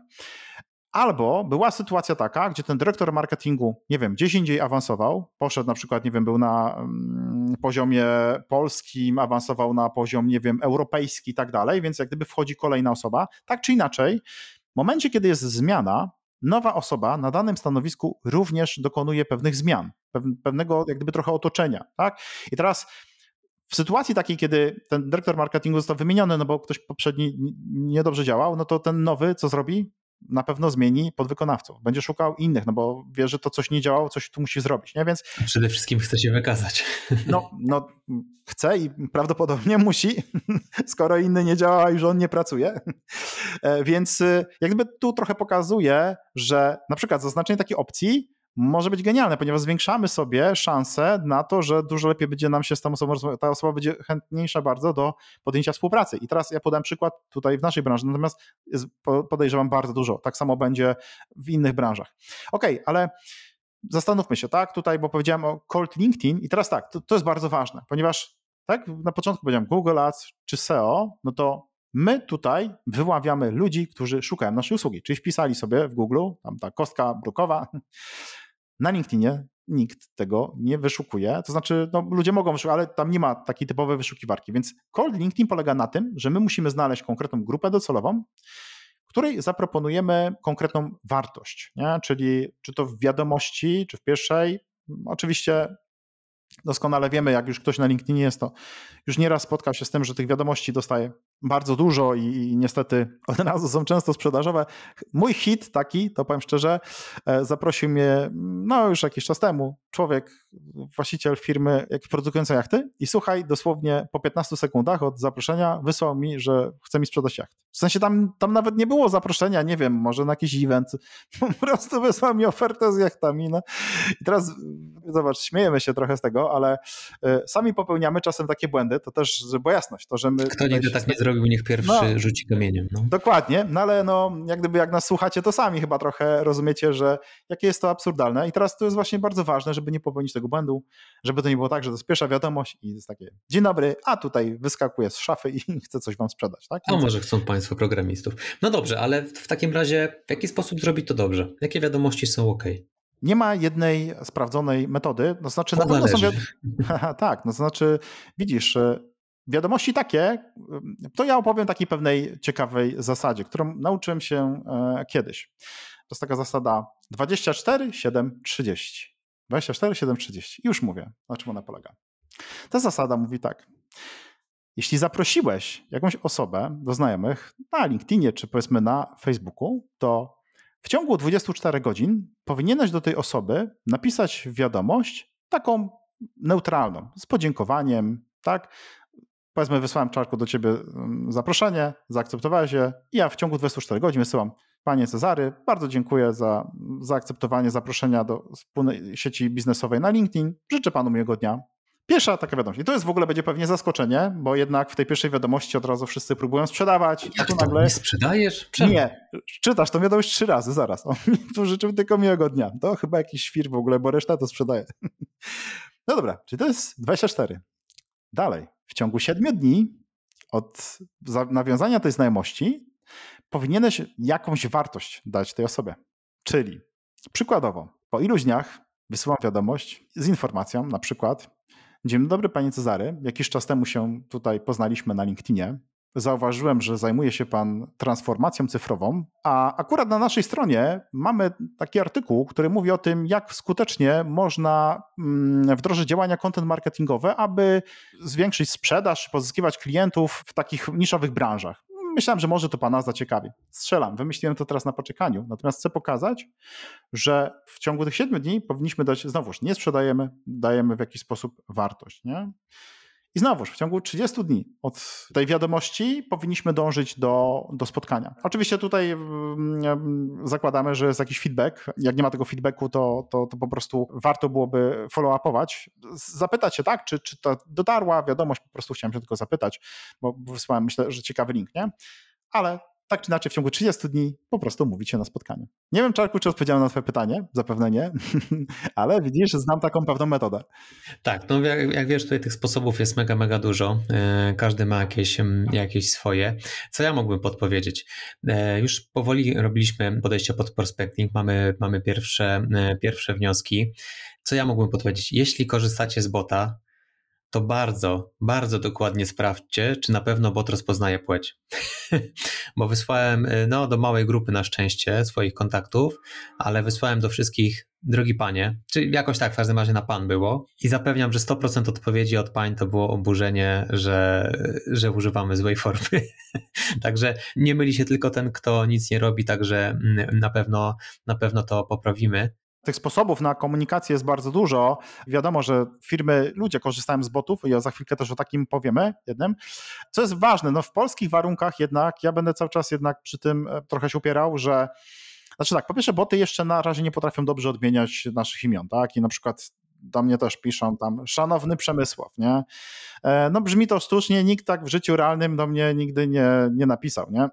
Albo była sytuacja taka, gdzie ten dyrektor marketingu, nie wiem, gdzieś indziej awansował, poszedł na przykład, nie wiem, był na poziomie polskim, awansował na poziom, nie wiem, europejski i tak dalej, więc jak gdyby wchodzi kolejna osoba. Tak czy inaczej, w momencie, kiedy jest zmiana, nowa osoba na danym stanowisku również dokonuje pewnych zmian, pewnego jak gdyby trochę otoczenia, tak? I teraz w sytuacji takiej, kiedy ten dyrektor marketingu został wymieniony, no bo ktoś poprzedni niedobrze działał, no to ten nowy co zrobi? Na pewno zmieni podwykonawców. Będzie szukał innych, no bo wie, że to coś nie działało, coś tu musi zrobić, nie? Więc Przede wszystkim chce się wykazać. no chce i prawdopodobnie musi, skoro inny nie działa, a już on nie pracuje. Więc jakby tu trochę pokazuje, że na przykład zaznaczenie takiej opcji może być genialne, ponieważ zwiększamy sobie szansę na to, że dużo lepiej będzie nam się z tą osobą rozmawiać, ta osoba będzie chętniejsza bardzo do podjęcia współpracy. I teraz ja podam przykład tutaj w naszej branży, natomiast podejrzewam bardzo dużo. Tak samo będzie w innych branżach. Okej, ale zastanówmy się, tak, tutaj, bo powiedziałem o cold LinkedIn i teraz tak, to jest bardzo ważne, ponieważ tak, na początku powiedziałem Google Ads czy SEO, no to my tutaj wyławiamy ludzi, którzy szukają naszej usługi, czyli wpisali sobie w Google, tam ta kostka brukowa, na LinkedInie nikt tego nie wyszukuje, to znaczy no, ludzie mogą wyszukać, ale tam nie ma takiej typowej wyszukiwarki, więc cold LinkedIn polega na tym, że my musimy znaleźć konkretną grupę docelową, której zaproponujemy konkretną wartość, nie? Czyli czy to w wiadomości, czy w pierwszej, oczywiście doskonale wiemy, jak już ktoś na LinkedInie jest, to już nieraz spotkał się z tym, że tych wiadomości dostaje bardzo dużo i niestety od razu są często sprzedażowe. Mój hit taki, to powiem szczerze, zaprosił mnie no już jakiś czas temu człowiek, właściciel firmy produkującej jachty i słuchaj, dosłownie po 15 sekundach od zaproszenia wysłał mi, że chce mi sprzedać jacht. W sensie tam nawet nie było zaproszenia, nie wiem, może na jakiś event. Po prostu wysłał mi ofertę z jachtami. No. I teraz, zobacz, śmiejemy się trochę z tego, ale sami popełniamy czasem takie błędy, to też, żeby jasność, to, że my... Kto nigdy tak nie zrobił, niech pierwszy rzuci kamieniem. No. Dokładnie, no ale jak nas słuchacie, to sami chyba trochę rozumiecie, że jakie jest to absurdalne i teraz to jest właśnie bardzo ważne, żeby nie popełnić tego błędu, żeby to nie było tak, że to jest pierwsza wiadomość i jest takie, dzień dobry, a tutaj wyskakuje z szafy i chce coś wam sprzedać, tak? A może chcą państwo programistów. No dobrze, ale w takim razie w jaki sposób zrobić to dobrze? Jakie wiadomości są OK? Nie ma jednej sprawdzonej metody, to znaczy To na pewno są tak, no to znaczy widzisz, wiadomości takie, to ja opowiem takiej pewnej ciekawej zasadzie, którą nauczyłem się kiedyś. To jest taka zasada 24, 7, 30. 24, 7, 30. I już mówię, na czym ona polega. Ta zasada mówi tak. Jeśli zaprosiłeś jakąś osobę do znajomych na LinkedInie czy powiedzmy na Facebooku, to w ciągu 24 godzin powinieneś do tej osoby napisać wiadomość taką neutralną, z podziękowaniem, tak? Powiedzmy, wysłałem, Czarku, do ciebie zaproszenie, zaakceptowałeś je i ja w ciągu 24 godzin wysyłam: Panie Cezary, bardzo dziękuję za zaakceptowanie zaproszenia do wspólnej sieci biznesowej na LinkedIn. Życzę panu miłego dnia. Pierwsza taka wiadomość. I to jest w ogóle będzie pewnie zaskoczenie, bo jednak w tej pierwszej wiadomości od razu wszyscy próbują sprzedawać. Jak tu nagle... Nie sprzedajesz? Czemu? Nie. Czytasz tą wiadomość 3 razy, zaraz. On mi tu życzył tylko miłego dnia. To chyba jakiś świr w ogóle, bo reszta to sprzedaje. No dobra, czyli to jest 24. Dalej. W ciągu 7 dni od nawiązania tej znajomości powinieneś jakąś wartość dać tej osobie. Czyli przykładowo, po iluś dniach wysyłam wiadomość z informacją, na przykład: Dzień dobry, panie Cezary. Jakiś czas temu się tutaj poznaliśmy na LinkedInie. Zauważyłem, że zajmuje się pan transformacją cyfrową, a akurat na naszej stronie mamy taki artykuł, który mówi o tym, jak skutecznie można wdrożyć działania content marketingowe, aby zwiększyć sprzedaż, pozyskiwać klientów w takich niszowych branżach. Myślałem, że może to pana zaciekawi. Strzelam, wymyśliłem to teraz na poczekaniu. Natomiast chcę pokazać, że w ciągu tych 7 dni powinniśmy dać, znowuż nie sprzedajemy, dajemy w jakiś sposób wartość. Nie? I znowuż w ciągu 30 dni od tej wiadomości powinniśmy dążyć do spotkania. Oczywiście tutaj zakładamy, że jest jakiś feedback. Jak nie ma tego feedbacku, to po prostu warto byłoby follow-upować. Zapytać się, tak, czy to dotarła wiadomość, po prostu chciałem się tylko zapytać, bo wysłałem, myślę, że ciekawy link, nie? Ale tak czy inaczej w ciągu 30 dni po prostu mówić się na spotkaniu. Nie wiem, Czarku, czy odpowiedziałem na twoje pytanie, zapewne nie, ale widzisz, znam taką pewną metodę. Tak, no jak wiesz, tutaj tych sposobów jest mega, mega dużo. Każdy ma jakieś swoje. Co ja mógłbym podpowiedzieć? Już powoli robiliśmy podejście pod prospecting, mamy pierwsze wnioski. Co ja mógłbym podpowiedzieć? Jeśli korzystacie z bota, to bardzo, bardzo dokładnie sprawdźcie, czy na pewno bot rozpoznaje płeć. Bo wysłałem do małej grupy na szczęście swoich kontaktów, ale wysłałem do wszystkich: drogi panie, czy jakoś tak, w każdym razie na pan było, i zapewniam, że 100% odpowiedzi od pań to było oburzenie, że używamy złej formy. Także nie myli się tylko ten, kto nic nie robi, także na pewno to poprawimy. Tych sposobów na komunikację jest bardzo dużo. Wiadomo, że firmy, ludzie korzystają z botów i za chwilkę też o takim powiemy jednym. Co jest ważne, w polskich warunkach jednak, ja będę cały czas jednak przy tym trochę się upierał, że znaczy tak, po pierwsze boty jeszcze na razie nie potrafią dobrze odmieniać naszych imion, tak? I na przykład do mnie też piszą tam: szanowny Przemysław, nie? No brzmi to sztucznie, nikt tak w życiu realnym do mnie nigdy nie napisał, nie?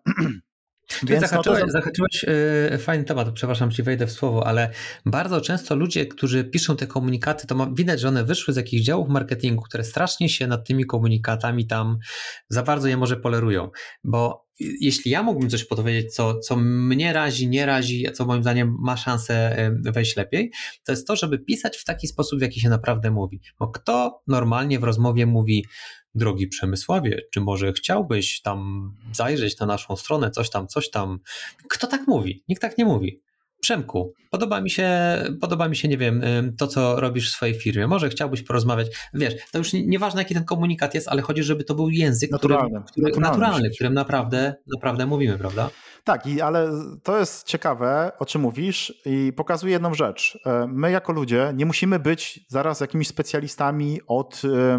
Więc zahaczyłeś fajny temat, przepraszam, ci wejdę w słowo, ale bardzo często ludzie, którzy piszą te komunikaty, to widać, że one wyszły z jakichś działów marketingu, które strasznie się nad tymi komunikatami tam za bardzo je może polerują, bo jeśli ja mógłbym coś podpowiedzieć, co mnie razi, nie razi, a co moim zdaniem ma szansę wejść lepiej, to jest to, żeby pisać w taki sposób, w jaki się naprawdę mówi. Bo kto normalnie w rozmowie mówi: drogi Przemysławie, czy może chciałbyś tam zajrzeć na naszą stronę, coś tam. Kto tak mówi? Nikt tak nie mówi. Przemku, podoba mi się, nie wiem, to, co robisz w swojej firmie. Może chciałbyś porozmawiać. Wiesz, to już nieważne, jaki ten komunikat jest, ale chodzi, żeby to był język naturalny, którym naprawdę mówimy, prawda? Tak, ale to jest ciekawe, o czym mówisz, i pokazuje jedną rzecz. My jako ludzie nie musimy być zaraz jakimiś specjalistami od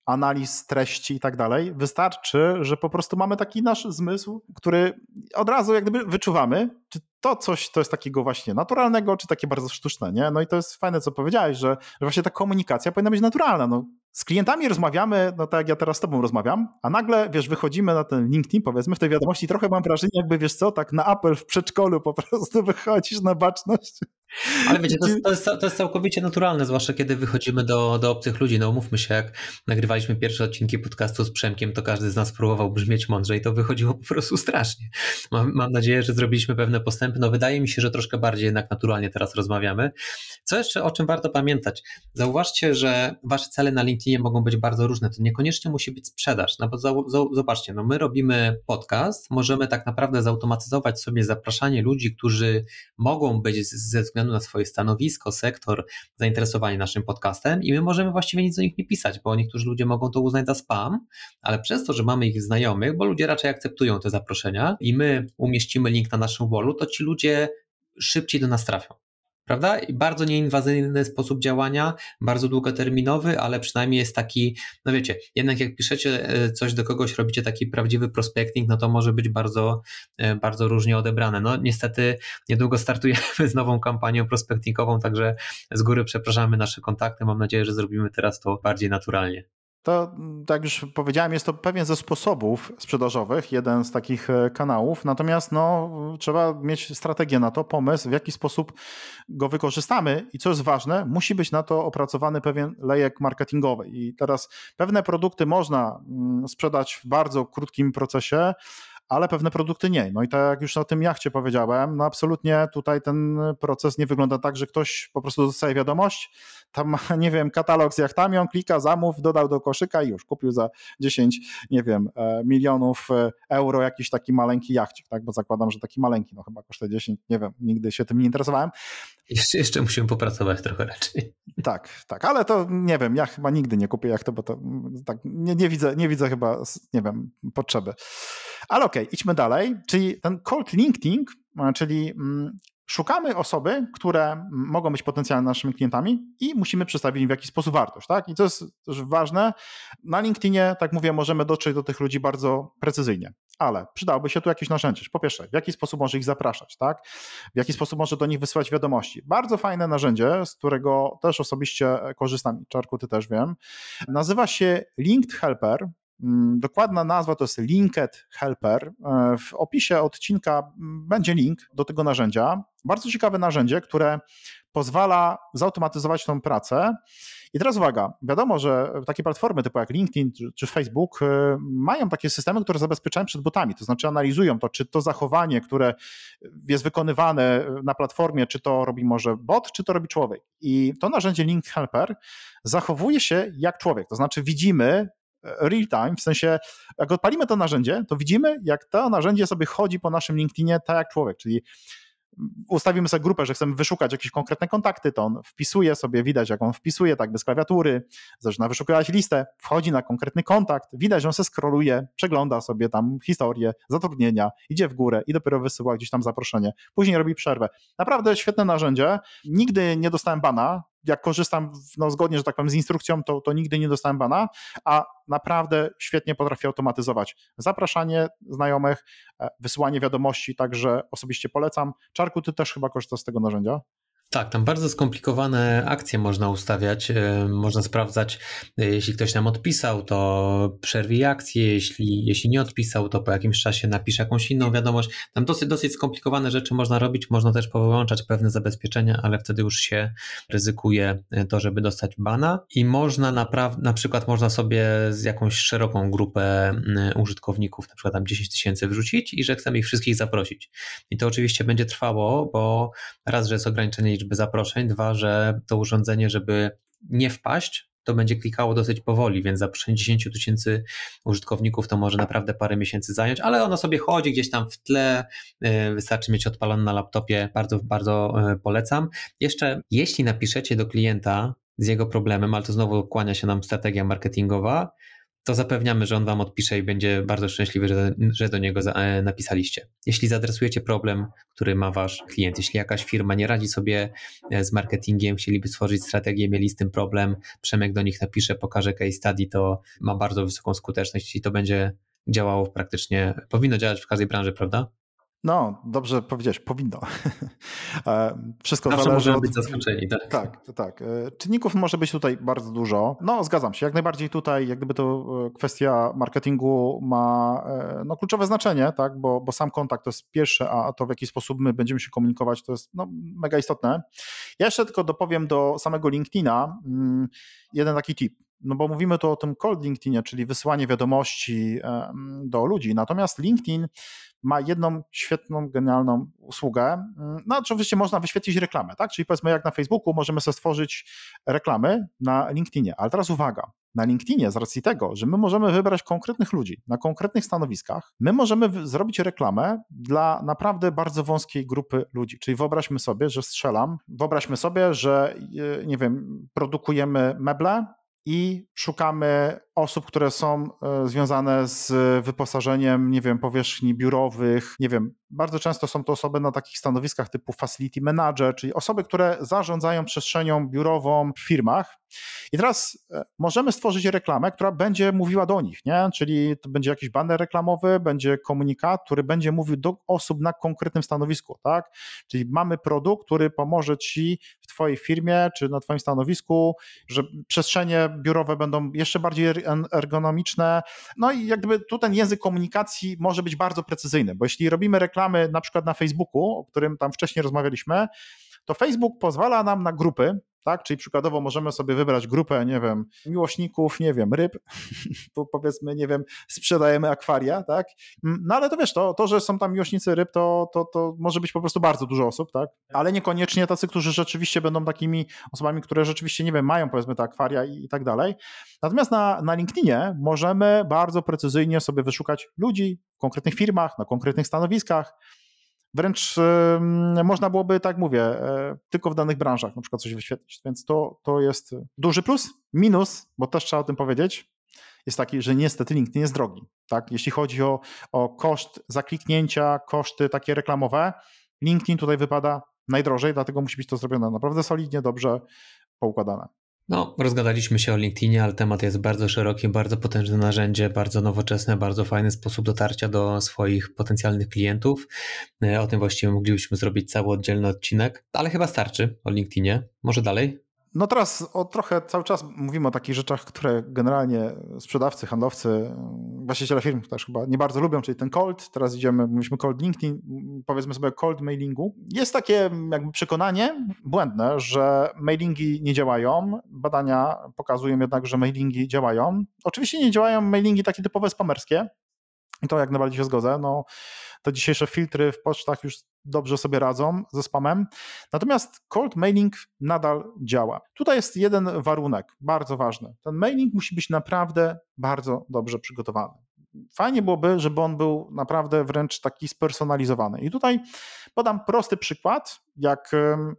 analiz treści i tak dalej. Wystarczy, że po prostu mamy taki nasz zmysł, który od razu jak gdyby wyczuwamy, czy to coś to jest takiego właśnie naturalnego, czy takie bardzo sztuczne, nie? No i to jest fajne, co powiedziałeś, że właśnie ta komunikacja powinna być naturalna. No, z klientami rozmawiamy, no tak jak ja teraz z tobą rozmawiam, a nagle, wiesz, wychodzimy na ten LinkedIn, powiedzmy, w tej wiadomości, trochę mam wrażenie, jakby, wiesz co, tak na apel w przedszkolu po prostu wychodzisz na baczność. Ale wiecie, to jest całkowicie naturalne, zwłaszcza kiedy wychodzimy do obcych ludzi. No umówmy się, jak nagrywaliśmy pierwsze odcinki podcastu z Przemkiem, to każdy z nas próbował brzmieć mądrze i to wychodziło po prostu strasznie. Mam nadzieję, że zrobiliśmy pewne postępy. No wydaje mi się, że troszkę bardziej jednak naturalnie teraz rozmawiamy. Co jeszcze, o czym warto pamiętać? Zauważcie, że wasze cele na LinkedInie mogą być bardzo różne. To niekoniecznie musi być sprzedaż. No bo zobaczcie, no my robimy podcast, możemy tak naprawdę zautomatyzować sobie zapraszanie ludzi, którzy mogą być ze względu na swoje stanowisko, sektor, zainteresowani naszym podcastem i my możemy właściwie nic do nich nie pisać, bo niektórzy ludzie mogą to uznać za spam, ale przez to, że mamy ich znajomych, bo ludzie raczej akceptują te zaproszenia i my umieścimy link na naszym wallu, to ci ludzie szybciej do nas trafią. Prawda? I bardzo nieinwazyjny sposób działania, bardzo długoterminowy, ale przynajmniej jest taki, no wiecie, jednak jak piszecie coś do kogoś, robicie taki prawdziwy prospecting, no to może być bardzo, bardzo różnie odebrane. No niestety niedługo startujemy z nową kampanią prospectingową, także z góry przepraszamy nasze kontakty, mam nadzieję, że zrobimy teraz to bardziej naturalnie. To, tak jak już powiedziałem, jest to pewien ze sposobów sprzedażowych, jeden z takich kanałów, natomiast no, trzeba mieć strategię na to, pomysł, w jaki sposób go wykorzystamy i co jest ważne, musi być na to opracowany pewien lejek marketingowy i teraz pewne produkty można sprzedać w bardzo krótkim procesie, ale pewne produkty nie. No i tak jak już o tym jachcie powiedziałem, no absolutnie tutaj ten proces nie wygląda tak, że ktoś po prostu dostaje wiadomość, tam ma, nie wiem, katalog z jachtami, on klika, zamów, dodał do koszyka i już kupił za 10, nie wiem, milionów euro jakiś taki maleńki jachcik, tak, bo zakładam, że taki maleńki, no chyba kosztuje 10, nie wiem, nigdy się tym nie interesowałem. Jeszcze musimy popracować trochę raczej. Tak, ale to nie wiem, ja chyba nigdy nie kupię jachty, bo to tak nie widzę chyba, nie wiem, potrzeby. Ale okej, idźmy dalej, czyli ten cold linking, czyli szukamy osoby, które mogą być potencjalnie naszymi klientami i musimy przedstawić im w jakiś sposób wartość, tak? I to jest też ważne. Na LinkedInie, tak mówię, możemy dotrzeć do tych ludzi bardzo precyzyjnie, ale przydałoby się tu jakieś narzędzie. Po pierwsze, w jaki sposób może ich zapraszać, tak? W jaki sposób może do nich wysyłać wiadomości. Bardzo fajne narzędzie, z którego też osobiście korzystam. Czarku, ty też wiem. Nazywa się Linked Helper. Dokładna nazwa to jest Linked Helper. W opisie odcinka będzie link do tego narzędzia. Bardzo ciekawe narzędzie, które pozwala zautomatyzować tą pracę. I teraz uwaga, wiadomo, że takie platformy typu jak LinkedIn czy Facebook mają takie systemy, które zabezpieczają przed botami, to znaczy analizują to, czy to zachowanie, które jest wykonywane na platformie, czy to robi może bot, czy to robi człowiek. I to narzędzie Linked Helper zachowuje się jak człowiek, to znaczy widzimy real time, w sensie jak odpalimy to narzędzie, to widzimy, jak to narzędzie sobie chodzi po naszym LinkedInie tak jak człowiek, czyli ustawimy sobie grupę, że chcemy wyszukać jakieś konkretne kontakty, to on wpisuje sobie, widać jak on wpisuje tak bez klawiatury, zaczyna wyszukiwać listę, wchodzi na konkretny kontakt, widać, że on se scrolluje, przegląda sobie tam historię zatrudnienia, idzie w górę i dopiero wysyła gdzieś tam zaproszenie, później robi przerwę. Naprawdę świetne narzędzie, nigdy nie dostałem bana, jak korzystam zgodnie, że tak powiem, z instrukcją, to nigdy nie dostałem bana, a naprawdę świetnie potrafię automatyzować zapraszanie znajomych, wysyłanie wiadomości, także osobiście polecam. Czarku, ty też chyba korzystasz z tego narzędzia? Tak, tam bardzo skomplikowane akcje można ustawiać, można sprawdzać, jeśli ktoś nam odpisał, to przerwij akcję, jeśli nie odpisał, to po jakimś czasie napisz jakąś inną wiadomość. Tam dosyć skomplikowane rzeczy można robić, można też połączać pewne zabezpieczenia, ale wtedy już się ryzykuje to, żeby dostać bana i można na przykład można sobie z jakąś szeroką grupę użytkowników, na przykład tam 10 000 wrzucić i że chcemy ich wszystkich zaprosić. I to oczywiście będzie trwało, bo raz, że jest ograniczenie liczby zaproszeń, dwa, że to urządzenie, żeby nie wpaść, to będzie klikało dosyć powoli, więc zaproszenie 10 000 użytkowników to może naprawdę parę miesięcy zająć, ale ono sobie chodzi gdzieś tam w tle, wystarczy mieć odpalone na laptopie, bardzo, bardzo polecam. Jeszcze, jeśli napiszecie do klienta z jego problemem, ale to znowu kłania się nam strategia marketingowa, to zapewniamy, że on wam odpisze i będzie bardzo szczęśliwy, że do niego napisaliście. Jeśli zaadresujecie problem, który ma wasz klient, jeśli jakaś firma nie radzi sobie z marketingiem, chcieliby stworzyć strategię, mieli z tym problem, Przemek do nich napisze, pokaże case study, to ma bardzo wysoką skuteczność i to będzie działało praktycznie, powinno działać w każdej branży, prawda? No, dobrze powiedziałeś, powinno. Wszystko Zawsze zależy możemy od... być zaskoczeni, tak? Tak. Czynników może być tutaj bardzo dużo. No, zgadzam się. Jak najbardziej tutaj, jak gdyby to kwestia marketingu ma kluczowe znaczenie, tak? Bo sam kontakt to jest pierwsze, a to w jaki sposób my będziemy się komunikować, to jest mega istotne. Ja jeszcze tylko dopowiem do samego LinkedIna jeden taki tip. No bo mówimy tu o tym cold LinkedInie, czyli wysyłanie wiadomości do ludzi. Natomiast LinkedIn ma jedną świetną, genialną usługę. No oczywiście można wyświetlić reklamę, tak? Czyli powiedzmy jak na Facebooku możemy sobie stworzyć reklamy na LinkedInie. Ale teraz uwaga, na LinkedInie z racji tego, że my możemy wybrać konkretnych ludzi na konkretnych stanowiskach, my możemy zrobić reklamę dla naprawdę bardzo wąskiej grupy ludzi. Czyli wyobraźmy sobie, że nie wiem, produkujemy meble, i szukamy osób, które są związane z wyposażeniem, nie wiem, powierzchni biurowych, nie wiem, bardzo często są to osoby na takich stanowiskach typu facility manager, czyli osoby, które zarządzają przestrzenią biurową w firmach. I teraz możemy stworzyć reklamę, która będzie mówiła do nich, nie? Czyli to będzie jakiś baner reklamowy, będzie komunikat, który będzie mówił do osób na konkretnym stanowisku, tak? Czyli mamy produkt, który pomoże ci w twojej firmie, czy na twoim stanowisku, że przestrzenie biurowe będą jeszcze bardziej ergonomiczne. No i jakby tu ten język komunikacji może być bardzo precyzyjny, bo jeśli robimy reklamy na przykład na Facebooku, o którym tam wcześniej rozmawialiśmy, to Facebook pozwala nam na grupy, tak? Czyli przykładowo możemy sobie wybrać grupę, nie wiem, miłośników, nie wiem, ryb, powiedzmy, nie wiem, sprzedajemy akwaria, tak? No ale to wiesz, to że są tam miłośnicy ryb, to może być po prostu bardzo dużo osób, tak? Ale niekoniecznie tacy, którzy rzeczywiście będą takimi osobami, które rzeczywiście, nie wiem, mają powiedzmy te akwaria i tak dalej. Natomiast na LinkedInie możemy bardzo precyzyjnie sobie wyszukać ludzi w konkretnych firmach, na konkretnych stanowiskach. Wręcz można byłoby, tak mówię, tylko w danych branżach na przykład coś wyświetlić, więc to jest duży plus. Minus, bo też trzeba o tym powiedzieć, jest taki, że niestety LinkedIn jest drogi. Tak? Jeśli chodzi o koszt zakliknięcia, koszty takie reklamowe, LinkedIn tutaj wypada najdrożej, dlatego musi być to zrobione naprawdę solidnie, dobrze poukładane. No, rozgadaliśmy się o LinkedInie, ale temat jest bardzo szeroki, bardzo potężne narzędzie, bardzo nowoczesne, bardzo fajny sposób dotarcia do swoich potencjalnych klientów. O tym właściwie moglibyśmy zrobić cały oddzielny odcinek, ale chyba starczy o LinkedInie. Może dalej? No teraz trochę cały czas mówimy o takich rzeczach, które generalnie sprzedawcy, handlowcy, właściciele firm też chyba nie bardzo lubią, czyli ten cold. Teraz mówimy cold LinkedIn, powiedzmy sobie o cold mailingu. Jest takie jakby przekonanie błędne, że mailingi nie działają. Badania pokazują jednak, że mailingi działają. Oczywiście nie działają mailingi takie typowe spamerskie. I to jak najbardziej się zgodzę. No, te dzisiejsze filtry w pocztach już dobrze sobie radzą ze spamem. Natomiast cold mailing nadal działa. Tutaj jest jeden warunek, bardzo ważny. Ten mailing musi być naprawdę bardzo dobrze przygotowany. Fajnie byłoby, żeby on był naprawdę wręcz taki spersonalizowany. I tutaj podam prosty przykład, jak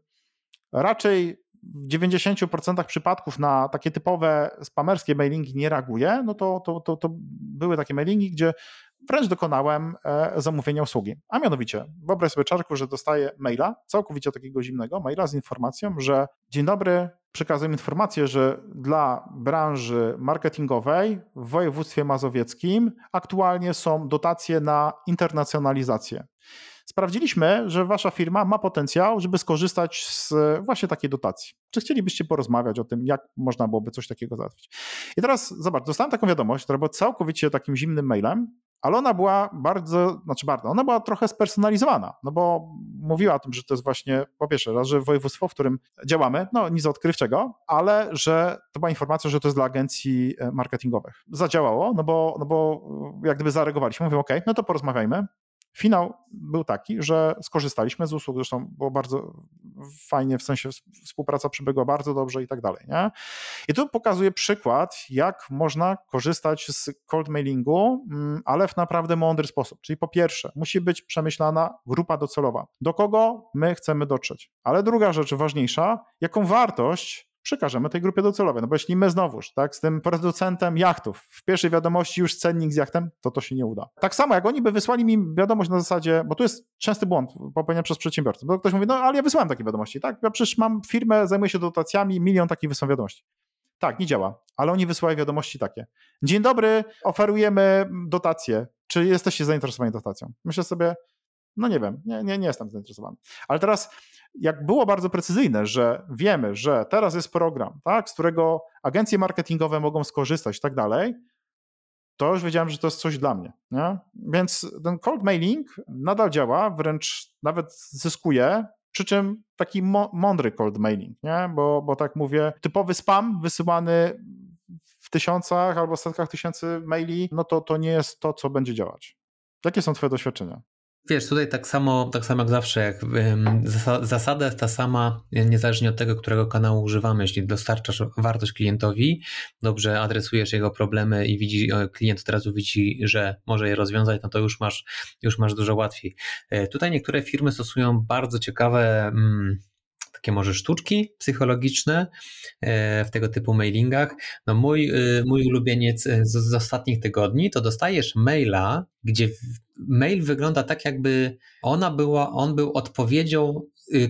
raczej w 90% przypadków na takie typowe spamerskie mailingi nie reaguje, no to były takie mailingi, gdzie wręcz dokonałem zamówienia usługi. A mianowicie, wyobraź sobie, Czarku, że dostaję maila, całkowicie takiego zimnego maila z informacją, że dzień dobry, przekazuję informację, że dla branży marketingowej w województwie mazowieckim aktualnie są dotacje na internacjonalizację. Sprawdziliśmy, że wasza firma ma potencjał, żeby skorzystać z właśnie takiej dotacji. Czy chcielibyście porozmawiać o tym, jak można byłoby coś takiego załatwić? I teraz zobacz, dostałem taką wiadomość, która była całkowicie takim zimnym mailem, ale ona była ona była trochę spersonalizowana, no bo mówiła o tym, że to jest właśnie, po pierwsze, raz, że województwo, w którym działamy, no nic odkrywczego, ale że to była informacja, że to jest dla agencji marketingowych. Zadziałało, no bo jak gdyby zareagowaliśmy, mówię, okej, no to porozmawiajmy. Finał był taki, że skorzystaliśmy z usług, zresztą było bardzo fajnie, w sensie współpraca przebiegła bardzo dobrze i tak dalej, nie? I tu pokazuję przykład, jak można korzystać z cold mailingu, ale w naprawdę mądry sposób. Czyli po pierwsze, musi być przemyślana grupa docelowa. Do kogo my chcemy dotrzeć? Ale druga rzecz ważniejsza, jaką wartość przekażemy tej grupie docelowej. No bo jeśli my znowuż, tak, z tym producentem jachtów w pierwszej wiadomości już cennik z jachtem, to się nie uda. Tak samo jak oni by wysłali mi wiadomość na zasadzie, bo tu jest częsty błąd popełniony przez przedsiębiorców, bo ktoś mówi, no ale ja wysłałem takie wiadomości, tak, ja przecież mam firmę, zajmuję się dotacjami, 1 milion takich wysłałem wiadomości. Tak, nie działa, ale oni wysyłają wiadomości takie. Dzień dobry, oferujemy dotację. Czy jesteście zainteresowani dotacją? Myślę sobie, no nie wiem, nie jestem zainteresowany. Ale teraz, jak było bardzo precyzyjne, że wiemy, że teraz jest program, tak, z którego agencje marketingowe mogą skorzystać i tak dalej, to już wiedziałem, że to jest coś dla mnie. Nie? Więc ten cold mailing nadal działa, wręcz nawet zyskuje, przy czym taki mądry cold mailing, nie? Bo tak mówię, typowy spam wysyłany w tysiącach albo setkach tysięcy maili, no to nie jest to, co będzie działać. Jakie są twoje doświadczenia? Wiesz, tutaj tak samo jak zawsze, jak zasada jest ta sama, niezależnie od tego, którego kanału używamy. Jeśli dostarczasz wartość klientowi, dobrze adresujesz jego problemy i klient od razu widzi, że może je rozwiązać, no to już masz dużo łatwiej. Tutaj niektóre firmy stosują bardzo ciekawe takie może sztuczki psychologiczne w tego typu mailingach. No mój ulubieniec z ostatnich tygodni, to dostajesz maila, gdzie mail wygląda tak, jakby on był odpowiedzią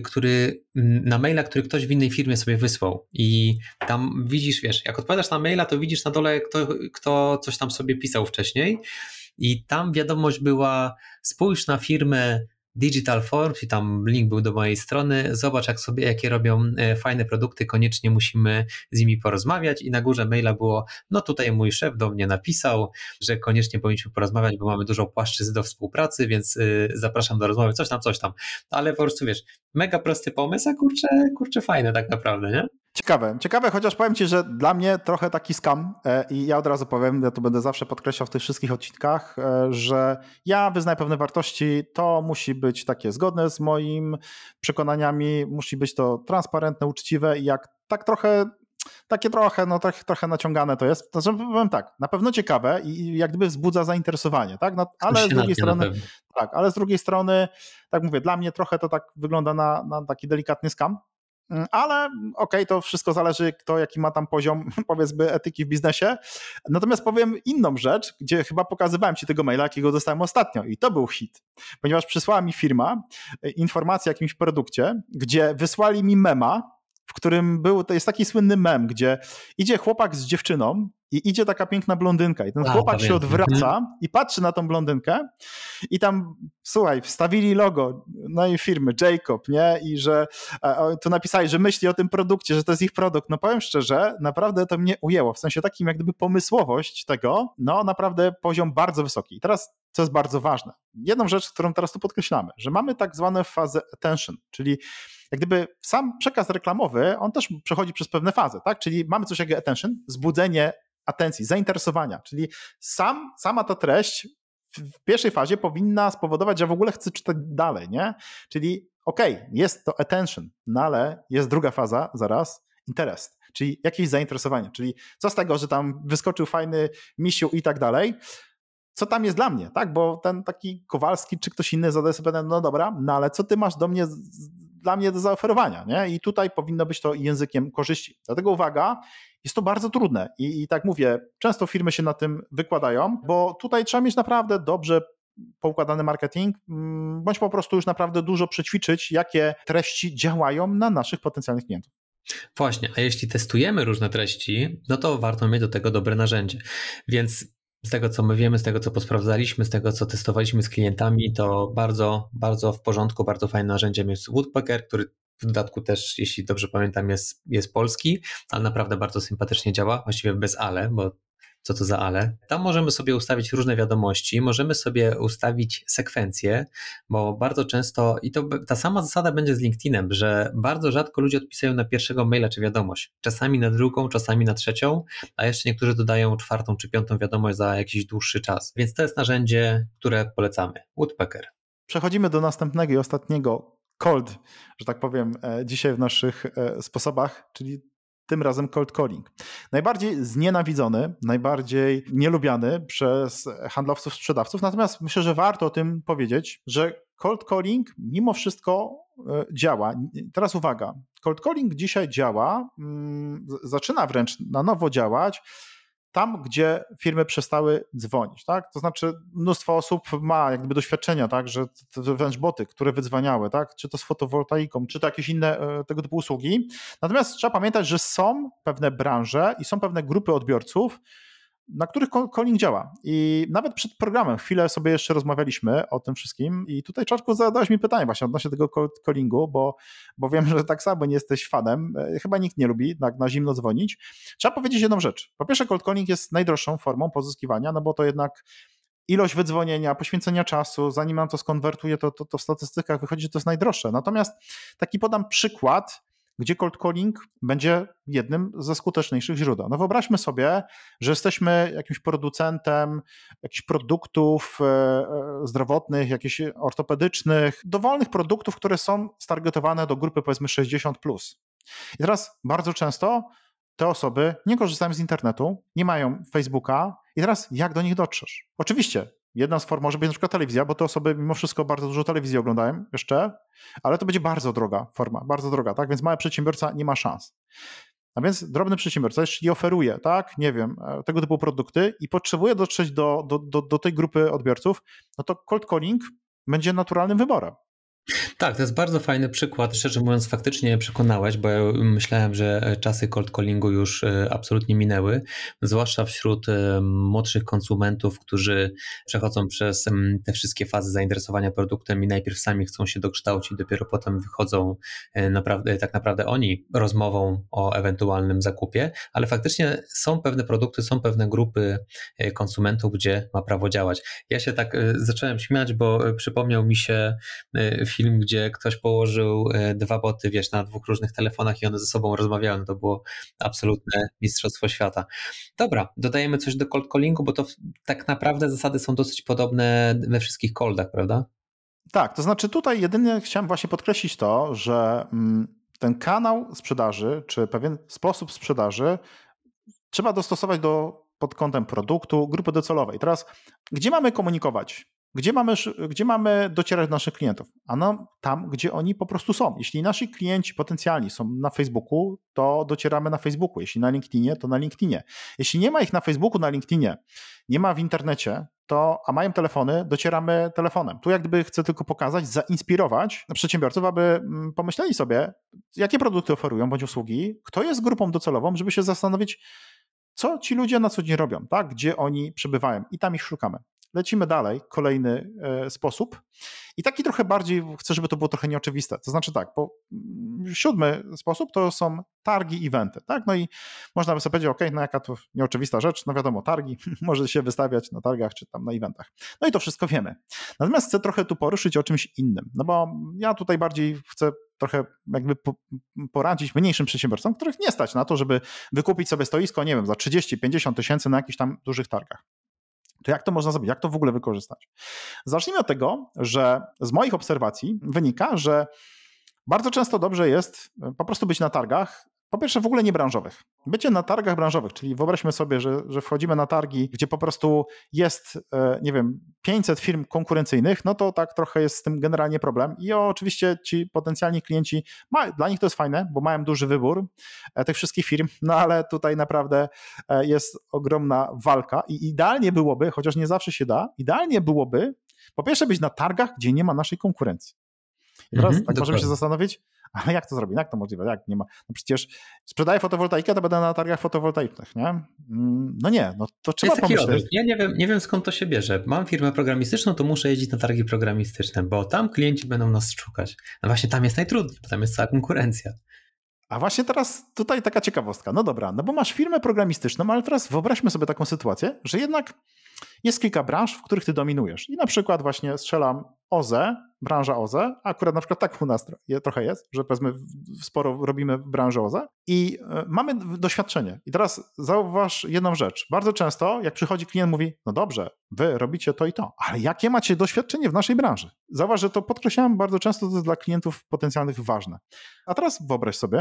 na maila, który ktoś w innej firmie sobie wysłał. I tam widzisz, wiesz, jak odpowiadasz na maila, to widzisz na dole, kto coś tam sobie pisał wcześniej. I tam wiadomość była: spójrz na firmę Digital Forms, i tam link był do mojej strony, zobacz jakie robią fajne produkty, koniecznie musimy z nimi porozmawiać. I na górze maila było: no tutaj mój szef do mnie napisał, że koniecznie powinniśmy porozmawiać, bo mamy dużo płaszczyzn do współpracy, więc zapraszam do rozmowy, coś tam. Ale po prostu wiesz, mega prosty pomysł, a kurczę fajne tak naprawdę, nie? Ciekawe, chociaż powiem ci, że dla mnie trochę taki scam i ja od razu powiem, ja to będę zawsze podkreślał w tych wszystkich odcinkach, że ja wyznaję pewne wartości, to musi być takie zgodne z moimi przekonaniami, musi być to transparentne, uczciwe i jak tak trochę naciągane to jest, to powiem tak, na pewno ciekawe i jak gdyby wzbudza zainteresowanie, tak? No, ale z drugiej strony, tak mówię, dla mnie trochę to tak wygląda na taki delikatny scam. Ale okej, to wszystko zależy, jaki ma tam poziom, powiedzmy, etyki w biznesie. Natomiast powiem inną rzecz, gdzie chyba pokazywałem ci tego maila, jakiego dostałem ostatnio i to był hit, ponieważ przysłała mi firma informację o jakimś produkcie, gdzie wysłali mi mema, w którym to jest taki słynny mem, gdzie idzie chłopak z dziewczyną i idzie taka piękna blondynka i ten chłopak się odwraca i patrzy na tą blondynkę i tam, słuchaj, wstawili logo firmy Jacob, nie? I że tu napisali, że myśli o tym produkcie, że to jest ich produkt. No powiem szczerze, naprawdę to mnie ujęło, w sensie takim jak gdyby pomysłowość tego, no naprawdę poziom bardzo wysoki. I teraz, co jest bardzo ważne, jedną rzecz, którą teraz tu podkreślamy, że mamy tak zwaną fazę attention, czyli jak gdyby sam przekaz reklamowy, on też przechodzi przez pewne fazy, tak? Czyli mamy coś jak attention, wzbudzenie atencji, zainteresowania, czyli sama ta treść w pierwszej fazie powinna spowodować, że w ogóle chcę czytać dalej, nie? Czyli jest to attention, no ale jest druga faza, zaraz, interest, czyli jakieś zainteresowanie, czyli co z tego, że tam wyskoczył fajny misiu i tak dalej, co tam jest dla mnie, tak? Bo ten taki Kowalski czy ktoś inny zadaje sobie pytanie, no dobra, no ale co ty masz dla mnie do zaoferowania, nie? I tutaj powinno być to językiem korzyści. Dlatego uwaga, jest to bardzo trudne i tak mówię, często firmy się na tym wykładają, bo tutaj trzeba mieć naprawdę dobrze poukładany marketing, bądź po prostu już naprawdę dużo przećwiczyć, jakie treści działają na naszych potencjalnych klientów. Właśnie, a jeśli testujemy różne treści, no to warto mieć do tego dobre narzędzie. Więc z tego, co my wiemy, z tego, co posprawdzaliśmy, z tego, co testowaliśmy z klientami, to bardzo, bardzo w porządku, bardzo fajne narzędziem jest Woodpecker, który w dodatku też, jeśli dobrze pamiętam, jest polski, ale naprawdę bardzo sympatycznie działa, właściwie bez ale, bo co to za ale? Tam możemy sobie ustawić różne wiadomości, możemy sobie ustawić sekwencje, bo bardzo często, i to ta sama zasada będzie z LinkedInem, że bardzo rzadko ludzie odpisują na pierwszego maila czy wiadomość. Czasami na drugą, czasami na trzecią, a jeszcze niektórzy dodają 4. czy 5. wiadomość za jakiś dłuższy czas. Więc to jest narzędzie, które polecamy. Woodpecker. Przechodzimy do następnego i ostatniego cold, że tak powiem, dzisiaj w naszych sposobach, czyli tym razem cold calling. Najbardziej znienawidzony, najbardziej nielubiany przez handlowców, sprzedawców, natomiast myślę, że warto o tym powiedzieć, że cold calling mimo wszystko działa. Teraz uwaga, cold calling dzisiaj działa, zaczyna wręcz na nowo działać tam, gdzie firmy przestały dzwonić, tak? To znaczy mnóstwo osób ma jakby doświadczenia, tak, że wręcz boty, które wydzwaniały, tak, czy to z fotowoltaiką, czy to jakieś inne tego typu usługi. Natomiast trzeba pamiętać, że są pewne branże i są pewne grupy odbiorców, na których calling działa. I nawet przed programem chwilę sobie jeszcze rozmawialiśmy o tym wszystkim i tutaj, Czarku, zadałeś mi pytanie właśnie odnośnie tego callingu, bo wiem, że tak samo nie jesteś fanem. Chyba nikt nie lubi na zimno dzwonić. Trzeba powiedzieć jedną rzecz. Po pierwsze, cold calling jest najdroższą formą pozyskiwania, no bo to jednak ilość wydzwonienia, poświęcenia czasu, zanim nam to skonwertuje, to w statystykach wychodzi, że to jest najdroższe. Natomiast taki podam przykład, gdzie cold calling będzie jednym ze skuteczniejszych źródeł. No wyobraźmy sobie, że jesteśmy jakimś producentem jakichś produktów zdrowotnych, jakichś ortopedycznych, dowolnych produktów, które są stargetowane do grupy powiedzmy 60+. I teraz bardzo często te osoby nie korzystają z internetu, nie mają Facebooka i teraz jak do nich dotrzesz? Oczywiście jedna z form może być na przykład telewizja, bo te osoby mimo wszystko bardzo dużo telewizji oglądają jeszcze, ale to będzie bardzo droga forma, bardzo droga, tak? Więc mały przedsiębiorca nie ma szans. A więc drobny przedsiębiorca, jeśli oferuje, tak, nie wiem, tego typu produkty i potrzebuje dotrzeć do tej grupy odbiorców, no to cold calling będzie naturalnym wyborem. Tak, to jest bardzo fajny przykład. Szczerze mówiąc, faktycznie przekonałeś, bo ja myślałem, że czasy cold callingu już absolutnie minęły, zwłaszcza wśród młodszych konsumentów, którzy przechodzą przez te wszystkie fazy zainteresowania produktem i najpierw sami chcą się dokształcić, dopiero potem wychodzą tak naprawdę oni rozmową o ewentualnym zakupie, ale faktycznie są pewne produkty, są pewne grupy konsumentów, gdzie ma prawo działać. Ja się tak zacząłem śmiać, bo przypomniał mi się film, gdzie ktoś położył dwa boty, na dwóch różnych telefonach i one ze sobą rozmawiały. No to było absolutne mistrzostwo świata. Dobra, dodajemy coś do cold callingu, bo to tak naprawdę zasady są dosyć podobne we wszystkich coldach, prawda? Tak, to znaczy tutaj jedynie chciałem właśnie podkreślić to, że ten kanał sprzedaży, czy pewien sposób sprzedaży trzeba dostosować pod kątem produktu, grupy docelowej. Teraz, gdzie mamy komunikować? Gdzie mamy docierać do naszych klientów? A no, tam, gdzie oni po prostu są. Jeśli nasi klienci potencjalni są na Facebooku, to docieramy na Facebooku. Jeśli na LinkedInie, to na LinkedInie. Jeśli nie ma ich na Facebooku, na LinkedInie, nie ma w internecie, a mają telefony, docieramy telefonem. Tu jak gdyby chcę tylko pokazać, zainspirować przedsiębiorców, aby pomyśleli sobie, jakie produkty oferują, bądź usługi, kto jest grupą docelową, żeby się zastanowić, co ci ludzie na co dzień robią, tak? Gdzie oni przebywają i tam ich szukamy. Lecimy dalej, kolejny sposób i taki trochę bardziej, chcę, żeby to było trochę nieoczywiste. To znaczy tak, siódmy sposób to są targi, eventy, tak? No i można by sobie powiedzieć, ok, no jaka to nieoczywista rzecz, no wiadomo, targi, może się wystawiać na targach czy tam na eventach. No i to wszystko wiemy. Natomiast chcę trochę tu poruszyć o czymś innym, no bo ja tutaj bardziej chcę trochę jakby poradzić mniejszym przedsiębiorcom, których nie stać na to, żeby wykupić sobie stoisko, nie wiem, za 30-50 tysięcy na jakichś tam dużych targach. To jak to można zrobić? Jak to w ogóle wykorzystać? Zacznijmy od tego, że z moich obserwacji wynika, że bardzo często dobrze jest po prostu być na targach, po pierwsze w ogóle nie branżowych. Bycie na targach branżowych, czyli wyobraźmy sobie, że wchodzimy na targi, gdzie po prostu jest, nie wiem, 500 firm konkurencyjnych, no to tak trochę jest z tym generalnie problem i oczywiście ci potencjalni klienci, dla nich to jest fajne, bo mają duży wybór tych wszystkich firm, no ale tutaj naprawdę jest ogromna walka i idealnie byłoby, chociaż nie zawsze się da, idealnie byłoby po pierwsze być na targach, gdzie nie ma naszej konkurencji. I teraz tak możemy się zastanowić, ale jak to zrobić? Jak to możliwe? Jak nie ma? No przecież sprzedaję fotowoltaikę, to będę na targach fotowoltaicznych, nie? No nie, no to trzeba pomyśleć. Ja nie wiem skąd to się bierze. Mam firmę programistyczną, to muszę jeździć na targi programistyczne, bo tam klienci będą nas szukać. No właśnie tam jest najtrudniej, bo tam jest cała konkurencja. A właśnie teraz tutaj taka ciekawostka. No dobra, no bo masz firmę programistyczną, ale teraz wyobraźmy sobie taką sytuację, że jednak jest kilka branż, w których ty dominujesz. I na przykład właśnie strzelam OZE, branża OZE, a akurat na przykład tak u nas trochę jest, że powiedzmy sporo robimy w branży OZE i mamy doświadczenie. I teraz zauważ jedną rzecz. Bardzo często jak przychodzi klient mówi, no dobrze, wy robicie to i to, ale jakie macie doświadczenie w naszej branży? Zauważ, że to podkreślałem bardzo często, to jest dla klientów potencjalnych ważne. A teraz wyobraź sobie,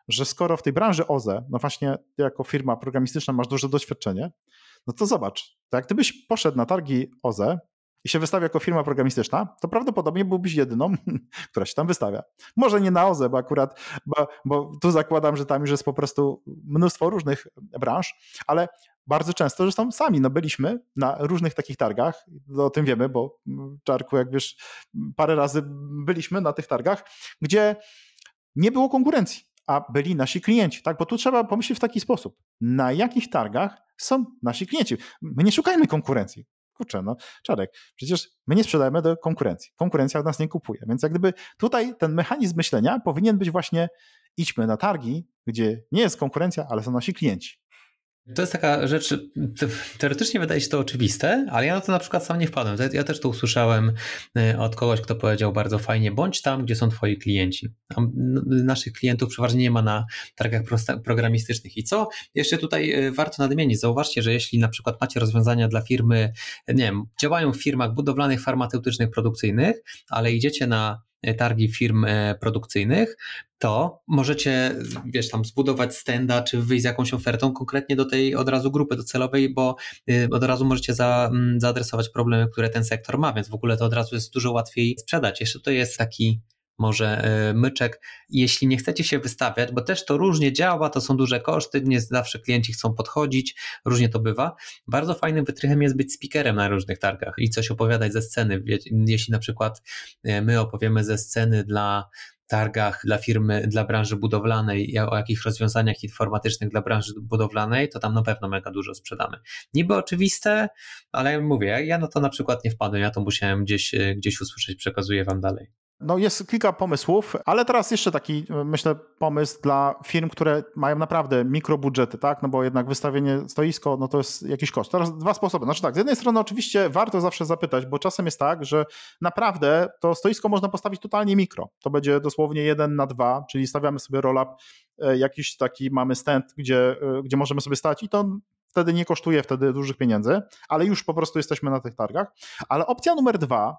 że skoro w tej branży OZE, no właśnie ty jako firma programistyczna masz duże doświadczenie, no to zobacz, to jak ty byś poszedł na targi OZE i się wystawia jako firma programistyczna, to prawdopodobnie byłbyś jedyną, która się tam wystawia. Może nie na OZE, bo akurat, bo tu zakładam, że tam już jest po prostu mnóstwo różnych branż, ale bardzo często, zresztą sami, no byliśmy na różnych takich targach, no o tym wiemy, bo Czarku, jak wiesz, parę razy byliśmy na tych targach, gdzie nie było konkurencji, a byli nasi klienci, tak? Bo tu trzeba pomyśleć w taki sposób. Na jakich targach są nasi klienci? My nie szukajmy konkurencji. Kurczę, no Czarek, przecież my nie sprzedajemy do konkurencji. Konkurencja od nas nie kupuje. Więc jak gdyby tutaj ten mechanizm myślenia powinien być właśnie idźmy na targi, gdzie nie jest konkurencja, ale są nasi klienci. To jest taka rzecz, teoretycznie wydaje się to oczywiste, ale ja na to na przykład sam nie wpadłem. Ja też to usłyszałem od kogoś, kto powiedział bardzo fajnie, bądź tam, gdzie są twoi klienci. Naszych klientów przeważnie nie ma na targach programistycznych. I co jeszcze tutaj warto nadmienić? Zauważcie, że jeśli na przykład macie rozwiązania dla firmy, nie wiem, działają w firmach budowlanych, farmaceutycznych, produkcyjnych, ale idziecie na targi firm produkcyjnych, to możecie, wiesz, tam zbudować stenda, czy wyjść z jakąś ofertą konkretnie do tej od razu grupy docelowej, bo od razu możecie zaadresować problemy, które ten sektor ma, więc w ogóle to od razu jest dużo łatwiej sprzedać. Jeszcze to jest taki może myczek, jeśli nie chcecie się wystawiać, bo też to różnie działa, to są duże koszty, nie zawsze klienci chcą podchodzić, różnie to bywa. Bardzo fajnym wytrychem jest być speakerem na różnych targach i coś opowiadać ze sceny. Jeśli na przykład my opowiemy ze sceny dla targach dla firmy, dla branży budowlanej, o jakich rozwiązaniach informatycznych dla branży budowlanej, to tam na pewno mega dużo sprzedamy. Niby oczywiste, ale mówię, ja na to na przykład nie wpadłem, ja to musiałem gdzieś usłyszeć, przekazuję wam dalej. No jest kilka pomysłów, ale teraz jeszcze taki, myślę, pomysł dla firm, które mają naprawdę mikrobudżety, tak? No bo jednak wystawienie stoisko, no to jest jakiś koszt. Teraz dwa sposoby. Znaczy tak, z jednej strony oczywiście warto zawsze zapytać, bo czasem jest tak, że naprawdę to stoisko można postawić totalnie mikro. To będzie dosłownie 1:2, czyli stawiamy sobie roll-up, jakiś taki mamy stand, gdzie możemy sobie stać i to wtedy nie kosztuje dużych pieniędzy, ale już po prostu jesteśmy na tych targach. Ale opcja numer 2,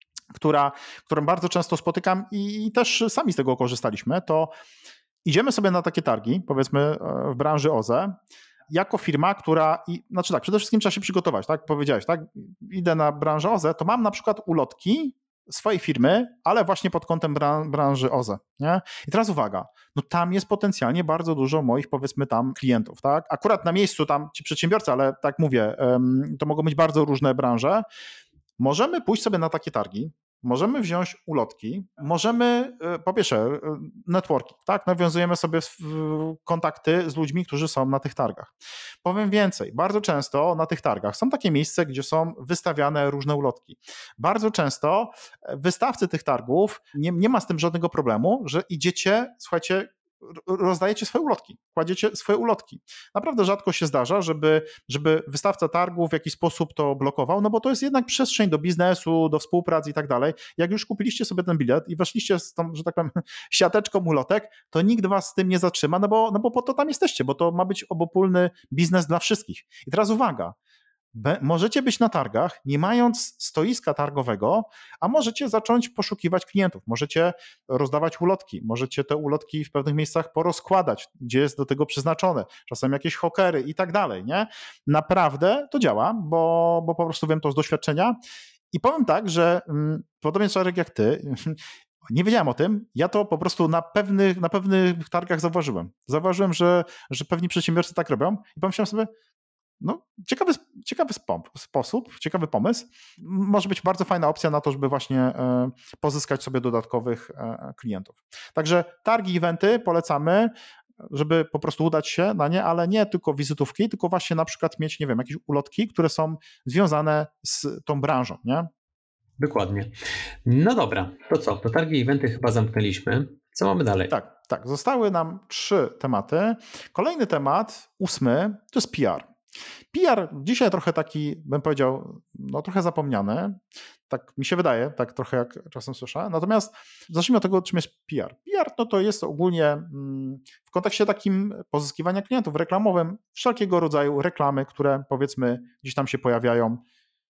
którą bardzo często spotykam i też sami z tego korzystaliśmy, to idziemy sobie na takie targi, powiedzmy w branży OZE, jako firma, znaczy tak, przede wszystkim trzeba się przygotować, tak, powiedziałeś, tak, idę na branżę OZE, to mam na przykład ulotki swojej firmy, ale właśnie pod kątem branży OZE, nie? I teraz uwaga, no tam jest potencjalnie bardzo dużo moich, powiedzmy tam, klientów, tak, akurat na miejscu tam ci przedsiębiorcy, ale tak mówię, to mogą być bardzo różne branże. Możemy pójść sobie na takie targi, możemy wziąć ulotki, możemy, po pierwsze, networking, tak? Nawiązujemy sobie kontakty z ludźmi, którzy są na tych targach. Powiem więcej, bardzo często na tych targach są takie miejsca, gdzie są wystawiane różne ulotki. Bardzo często wystawcy tych targów, nie ma z tym żadnego problemu, że idziecie, słuchajcie, rozdajecie swoje ulotki, kładziecie swoje ulotki. Naprawdę rzadko się zdarza, żeby wystawca targu w jakiś sposób to blokował, no bo to jest jednak przestrzeń do biznesu, do współpracy i tak dalej. Jak już kupiliście sobie ten bilet i weszliście z tą, że tak powiem, siateczką ulotek, to nikt was z tym nie zatrzyma, no bo po to tam jesteście, bo to ma być obopólny biznes dla wszystkich. I teraz uwaga, możecie być na targach, nie mając stoiska targowego, a możecie zacząć poszukiwać klientów, możecie rozdawać ulotki, możecie te ulotki w pewnych miejscach porozkładać, gdzie jest do tego przeznaczone, czasem jakieś hokery i tak dalej, nie? Naprawdę to działa, bo po prostu wiem to z doświadczenia i powiem tak, że podobnie Czarek jak ty, nie wiedziałem o tym, ja to po prostu na pewnych targach zauważyłem. Zauważyłem, że pewni przedsiębiorcy tak robią i pomyślałem sobie, no, ciekawy sposób, ciekawy pomysł. Może być bardzo fajna opcja na to, żeby właśnie pozyskać sobie dodatkowych klientów. Także targi, eventy polecamy, żeby po prostu udać się na nie, ale nie tylko wizytówki, tylko właśnie na przykład mieć, nie wiem, jakieś ulotki, które są związane z tą branżą, nie? Dokładnie. No dobra, to co? To targi i eventy chyba zamknęliśmy. Co mamy dalej? Tak. Zostały nam 3 tematy. Kolejny temat, 8, to jest PR. PR dzisiaj trochę taki, bym powiedział, no trochę zapomniany. Tak mi się wydaje, tak trochę jak czasem słyszę. Natomiast zacznijmy od tego, czym jest PR. PR no to jest ogólnie w kontekście takim pozyskiwania klientów reklamowym wszelkiego rodzaju reklamy, które powiedzmy gdzieś tam się pojawiają.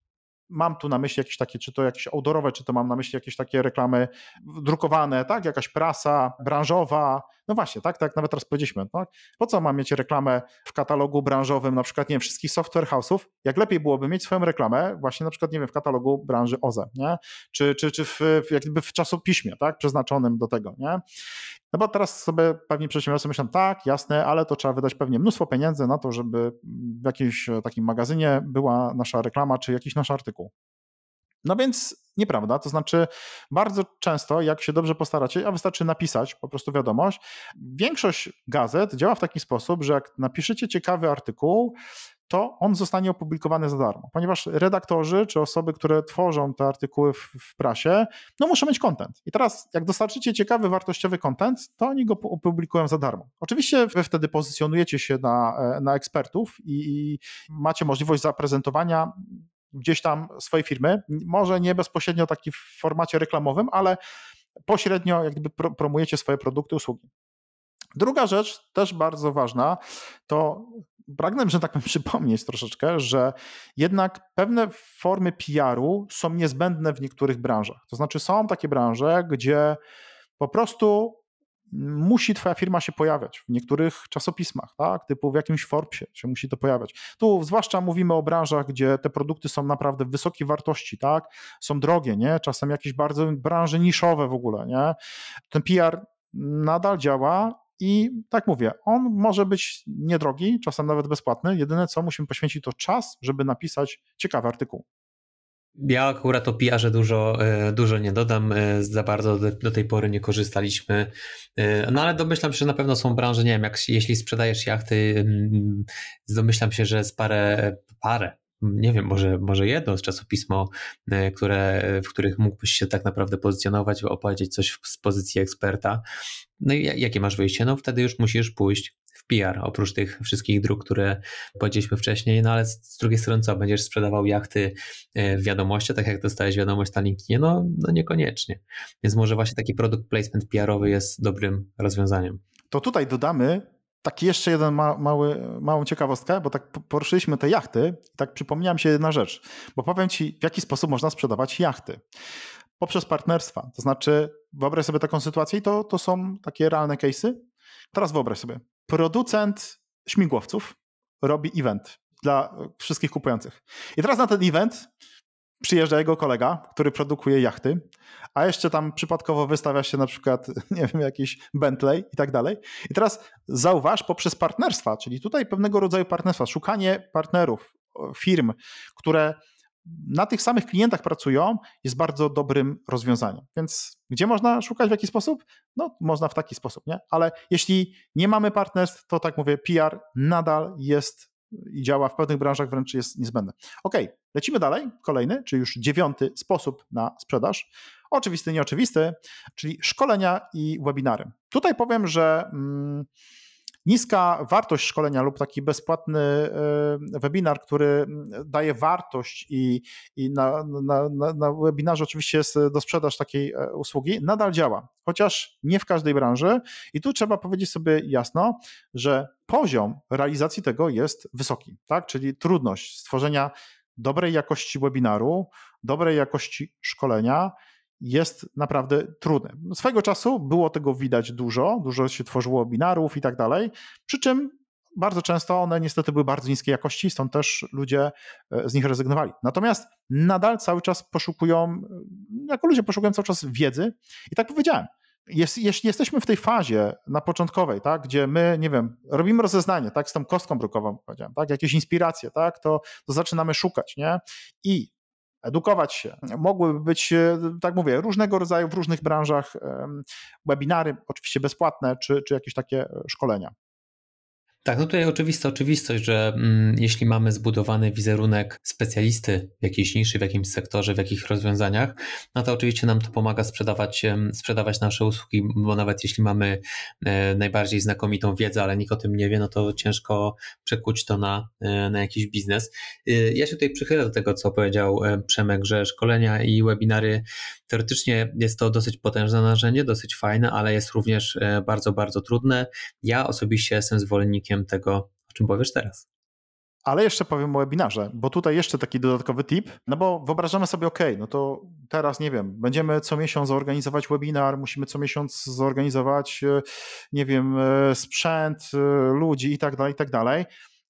Mam tu na myśli jakieś takie, czy to jakieś outdoorowe, czy to mam na myśli jakieś takie reklamy drukowane, tak? Jakaś prasa branżowa, No właśnie, tak nawet teraz powiedzieliśmy, tak? Po co mam mieć reklamę w katalogu branżowym, na przykład, nie wiem, wszystkich software house'ów, jak lepiej byłoby mieć swoją reklamę właśnie na przykład, nie wiem, w katalogu branży OZE, nie? Czy jakby w czasopiśmie, tak? Przeznaczonym do tego, nie? No bo teraz sobie pewnie przedsiębiorcy myślą, tak, jasne, ale to trzeba wydać pewnie mnóstwo pieniędzy na to, żeby w jakimś takim magazynie była nasza reklama, czy jakiś nasz artykuł. No więc nieprawda, to znaczy bardzo często, jak się dobrze postaracie, a wystarczy napisać po prostu wiadomość, większość gazet działa w taki sposób, że jak napiszecie ciekawy artykuł, to on zostanie opublikowany za darmo, ponieważ redaktorzy czy osoby, które tworzą te artykuły w prasie, no muszą mieć content. I teraz jak dostarczycie ciekawy, wartościowy content, to oni go opublikują za darmo. Oczywiście wy wtedy pozycjonujecie się na ekspertów i macie możliwość zaprezentowania gdzieś tam swojej firmy, może nie bezpośrednio taki w formacie reklamowym, ale pośrednio jak gdyby promujecie swoje produkty, usługi. Druga rzecz, też bardzo ważna, to pragnę, że tak powiem, przypomnieć troszeczkę, że jednak pewne formy PR-u są niezbędne w niektórych branżach. To znaczy są takie branże, gdzie po prostu musi twoja firma się pojawiać w niektórych czasopismach, tak? Typu w jakimś Forbesie się musi to pojawiać. Tu zwłaszcza mówimy o branżach, gdzie te produkty są naprawdę wysokiej wartości, tak? Są drogie, nie? Czasem jakieś bardzo branże niszowe w ogóle, nie? Ten PR nadal działa i tak mówię, on może być niedrogi, czasem nawet bezpłatny, jedyne co musimy poświęcić to czas, żeby napisać ciekawy artykuł. Ja akurat o PR-ze dużo nie dodam, za bardzo do tej pory nie korzystaliśmy, no ale domyślam się, że na pewno są branże, nie wiem, jeśli sprzedajesz jachty, domyślam się, że z parę, nie wiem, może jedno z czasopismo, w których mógłbyś się tak naprawdę pozycjonować, opowiedzieć coś z pozycji eksperta. No i jakie masz wyjście? No wtedy już musisz pójść w PR, oprócz tych wszystkich dróg, które powiedzieliśmy wcześniej, no ale z drugiej strony co, będziesz sprzedawał jachty w wiadomościach, tak jak dostałeś wiadomość na LinkedInie? No niekoniecznie. Więc może właśnie taki product placement PR-owy jest dobrym rozwiązaniem. To tutaj dodamy taki jeszcze jeden małą ciekawostkę, bo tak poruszyliśmy te jachty i tak przypomniała mi się jedna rzecz, bo powiem ci, w jaki sposób można sprzedawać jachty. Poprzez partnerstwa, to znaczy wyobraź sobie taką sytuację i to są takie realne case'y. Teraz wyobraź sobie, producent śmigłowców robi event dla wszystkich kupujących. I teraz na ten event przyjeżdża jego kolega, który produkuje jachty, a jeszcze tam przypadkowo wystawia się na przykład, nie wiem, jakiś Bentley i tak dalej. I teraz zauważ poprzez partnerstwa, czyli tutaj pewnego rodzaju partnerstwa, szukanie partnerów, firm, które na tych samych klientach pracują, jest bardzo dobrym rozwiązaniem. Więc gdzie można szukać, w jaki sposób? No, można w taki sposób, nie? Ale jeśli nie mamy partnerstw, to tak mówię, PR nadal jest i działa w pewnych branżach, wręcz jest niezbędne. Okej, lecimy dalej. Kolejny, czy już 9. sposób na sprzedaż. Oczywisty, nieoczywisty, czyli szkolenia i webinary. Tutaj powiem, że niska wartość szkolenia lub taki bezpłatny webinar, który daje wartość i na webinarze oczywiście jest do sprzedaż takiej usługi, nadal działa, chociaż nie w każdej branży i tu trzeba powiedzieć sobie jasno, że poziom realizacji tego jest wysoki, tak? Czyli trudność stworzenia dobrej jakości webinaru, dobrej jakości szkolenia jest naprawdę trudny. Swego czasu było tego widać dużo się tworzyło webinarów i tak dalej, przy czym bardzo często one niestety były bardzo niskiej jakości, stąd też ludzie z nich rezygnowali. Natomiast nadal cały czas jako ludzie poszukują cały czas wiedzy i tak powiedziałem, jeśli jesteśmy w tej fazie na początkowej, tak, gdzie my, nie wiem, robimy rozeznanie, tak, z tą kostką brukową, powiedziałem, tak, jakieś inspiracje, tak, to zaczynamy szukać, nie? I edukować się. Mogłyby być, tak mówię, różnego rodzaju w różnych branżach webinary, oczywiście bezpłatne, czy jakieś takie szkolenia. Tak, no tutaj oczywista oczywistość, że jeśli mamy zbudowany wizerunek specjalisty w jakiejś niszy, w jakimś sektorze, w jakichś rozwiązaniach, no to oczywiście nam to pomaga sprzedawać nasze usługi, bo nawet jeśli mamy najbardziej znakomitą wiedzę, ale nikt o tym nie wie, no to ciężko przekuć to na jakiś biznes. Ja się tutaj przychylę do tego, co powiedział Przemek, że szkolenia i webinary, teoretycznie jest to dosyć potężne narzędzie, dosyć fajne, ale jest również bardzo, bardzo trudne. Ja osobiście jestem zwolennikiem tego, o czym powiesz teraz. Ale jeszcze powiem o webinarze, bo tutaj jeszcze taki dodatkowy tip, no bo wyobrażamy sobie, no to teraz, nie wiem, będziemy co miesiąc zorganizować webinar, musimy co miesiąc zorganizować, nie wiem, sprzęt, ludzi i tak dalej,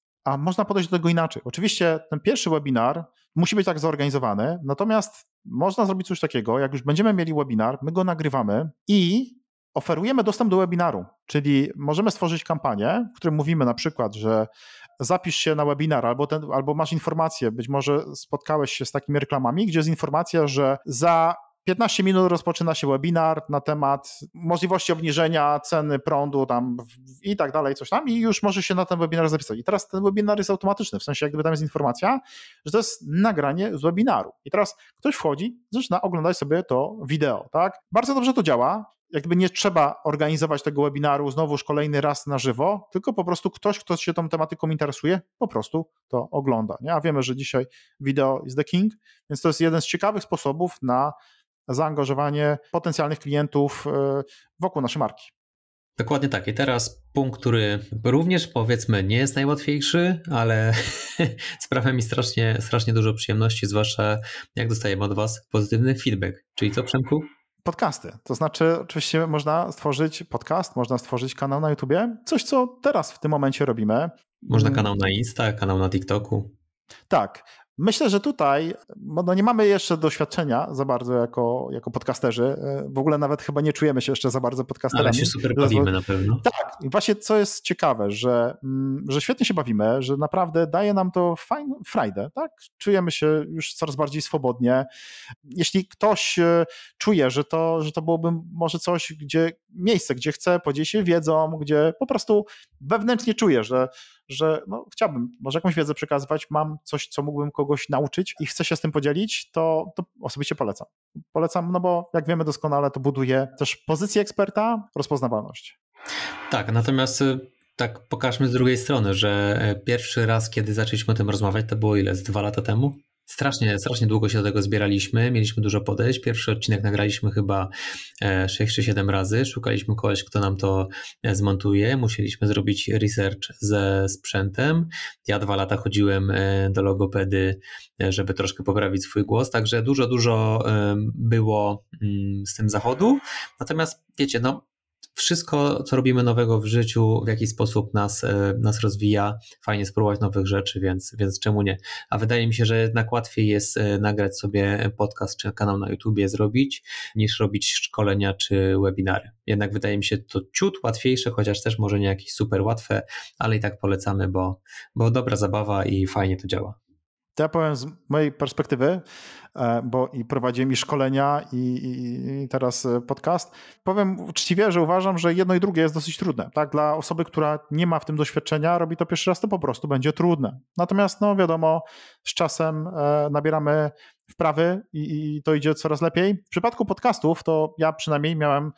a można podejść do tego inaczej. Oczywiście ten pierwszy webinar musi być tak zorganizowany, natomiast można zrobić coś takiego, jak już będziemy mieli webinar, my go nagrywamy i oferujemy dostęp do webinaru, czyli możemy stworzyć kampanię, w której mówimy na przykład, że zapisz się na webinar albo masz informację, być może spotkałeś się z takimi reklamami, gdzie jest informacja, że za 15 minut rozpoczyna się webinar na temat możliwości obniżenia ceny prądu tam i tak dalej, coś tam i już możesz się na ten webinar zapisać. I teraz ten webinar jest automatyczny, w sensie jak gdyby tam jest informacja, że to jest nagranie z webinaru. I teraz ktoś wchodzi, zaczyna oglądać sobie to wideo, tak? Bardzo dobrze to działa. Jak gdyby nie trzeba organizować tego webinaru znowuż kolejny raz na żywo, tylko po prostu ktoś, kto się tą tematyką interesuje, po prostu to ogląda. Nie? A wiemy, że dzisiaj video is the king, więc to jest jeden z ciekawych sposobów na zaangażowanie potencjalnych klientów wokół naszej marki. Dokładnie tak. I teraz punkt, który również powiedzmy nie jest najłatwiejszy, ale sprawia mi strasznie dużo przyjemności, zwłaszcza jak dostajemy od Was pozytywny feedback. Czyli co, Przemku? Podcasty. To znaczy oczywiście można stworzyć podcast, można stworzyć kanał na YouTubie, coś co teraz w tym momencie robimy. Można kanał na Insta, kanał na TikToku. Tak. Myślę, że tutaj no nie mamy jeszcze doświadczenia za bardzo jako podcasterzy. W ogóle nawet chyba nie czujemy się jeszcze za bardzo podcasterami. Ale się super bawimy na pewno. Tak. I właśnie co jest ciekawe, że świetnie się bawimy, że naprawdę daje nam to fajną frajdę. Tak? Czujemy się już coraz bardziej swobodnie. Jeśli ktoś czuje, że to byłoby może coś, miejsce, gdzie chce podzielić się wiedzą, gdzie po prostu wewnętrznie czuje, że no, chciałbym może jakąś wiedzę przekazywać, mam coś, co mógłbym kogoś nauczyć i chcę się z tym podzielić, to osobiście polecam. Polecam, no bo jak wiemy doskonale, to buduje też pozycję eksperta, rozpoznawalność. Tak, natomiast tak pokażmy z drugiej strony, że pierwszy raz, kiedy zaczęliśmy o tym rozmawiać, to było ile? Z 2 lata temu? Strasznie długo się do tego zbieraliśmy, mieliśmy dużo podejść. Pierwszy odcinek nagraliśmy chyba 6 czy 7 razy. Szukaliśmy kogoś, kto nam to zmontuje. Musieliśmy zrobić research ze sprzętem. Ja 2 lata chodziłem do logopedy, żeby troszkę poprawić swój głos, także dużo było z tym zachodu. Natomiast wiecie, no wszystko, co robimy nowego w życiu, w jakiś sposób nas rozwija, fajnie spróbować nowych rzeczy, więc czemu nie? A wydaje mi się, że jednak łatwiej jest nagrać sobie podcast czy kanał na YouTubie zrobić, niż robić szkolenia czy webinary. Jednak wydaje mi się to ciut łatwiejsze, chociaż też może nie jakieś super łatwe, ale i tak polecamy, bo dobra zabawa i fajnie to działa. To ja powiem z mojej perspektywy, bo i prowadziłem i szkolenia i teraz podcast. Powiem uczciwie, że uważam, że jedno i drugie jest dosyć trudne. Tak? Dla osoby, która nie ma w tym doświadczenia, robi to pierwszy raz, to po prostu będzie trudne. Natomiast no wiadomo, z czasem nabieramy wprawy i to idzie coraz lepiej. W przypadku podcastów to ja przynajmniej miałem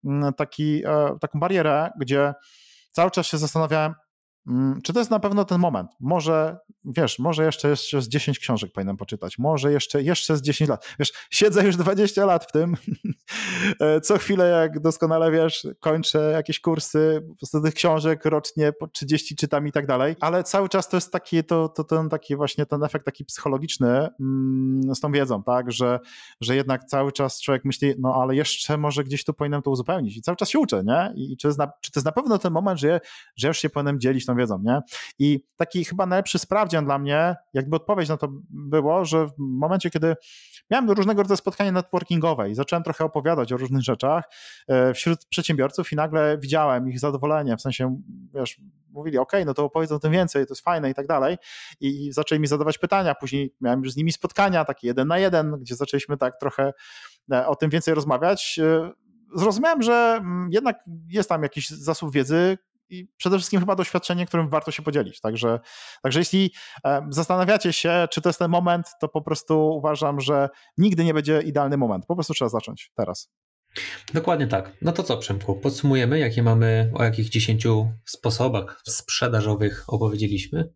taką barierę, gdzie cały czas się zastanawiałem, czy to jest na pewno ten moment? Może jeszcze z 10 książek powinienem poczytać, może jeszcze z 10 lat. Wiesz, siedzę już 20 lat w tym. Co chwilę, jak doskonale wiesz, kończę jakieś kursy, po prostu tych książek rocznie po 30 czytam i tak dalej, ale cały czas to jest taki właśnie ten efekt taki psychologiczny z tą wiedzą, tak, że jednak cały czas człowiek myśli, no ale jeszcze może gdzieś tu powinienem to uzupełnić i cały czas się uczę, nie? I czy to jest na pewno ten moment, że już się powinienem dzielić tą wiedzą, nie? I taki chyba najlepszy sprawdzian dla mnie, jakby odpowiedź na to było, że w momencie, kiedy miałem różnego rodzaju spotkania networkingowe i zacząłem trochę opowiadać o różnych rzeczach wśród przedsiębiorców i nagle widziałem ich zadowolenie, w sensie, wiesz, mówili, no to opowiedz o tym więcej, to jest fajne i tak dalej i zaczęli mi zadawać pytania, później miałem już z nimi spotkania takie 1 na 1, gdzie zaczęliśmy tak trochę o tym więcej rozmawiać. Zrozumiałem, że jednak jest tam jakiś zasób wiedzy, i przede wszystkim chyba doświadczenie, którym warto się podzielić. Także jeśli zastanawiacie się, czy to jest ten moment, to po prostu uważam, że nigdy nie będzie idealny moment. Po prostu trzeba zacząć teraz. Dokładnie tak. No to co, Przemku? Podsumujemy, o jakich 10 sposobach sprzedażowych opowiedzieliśmy?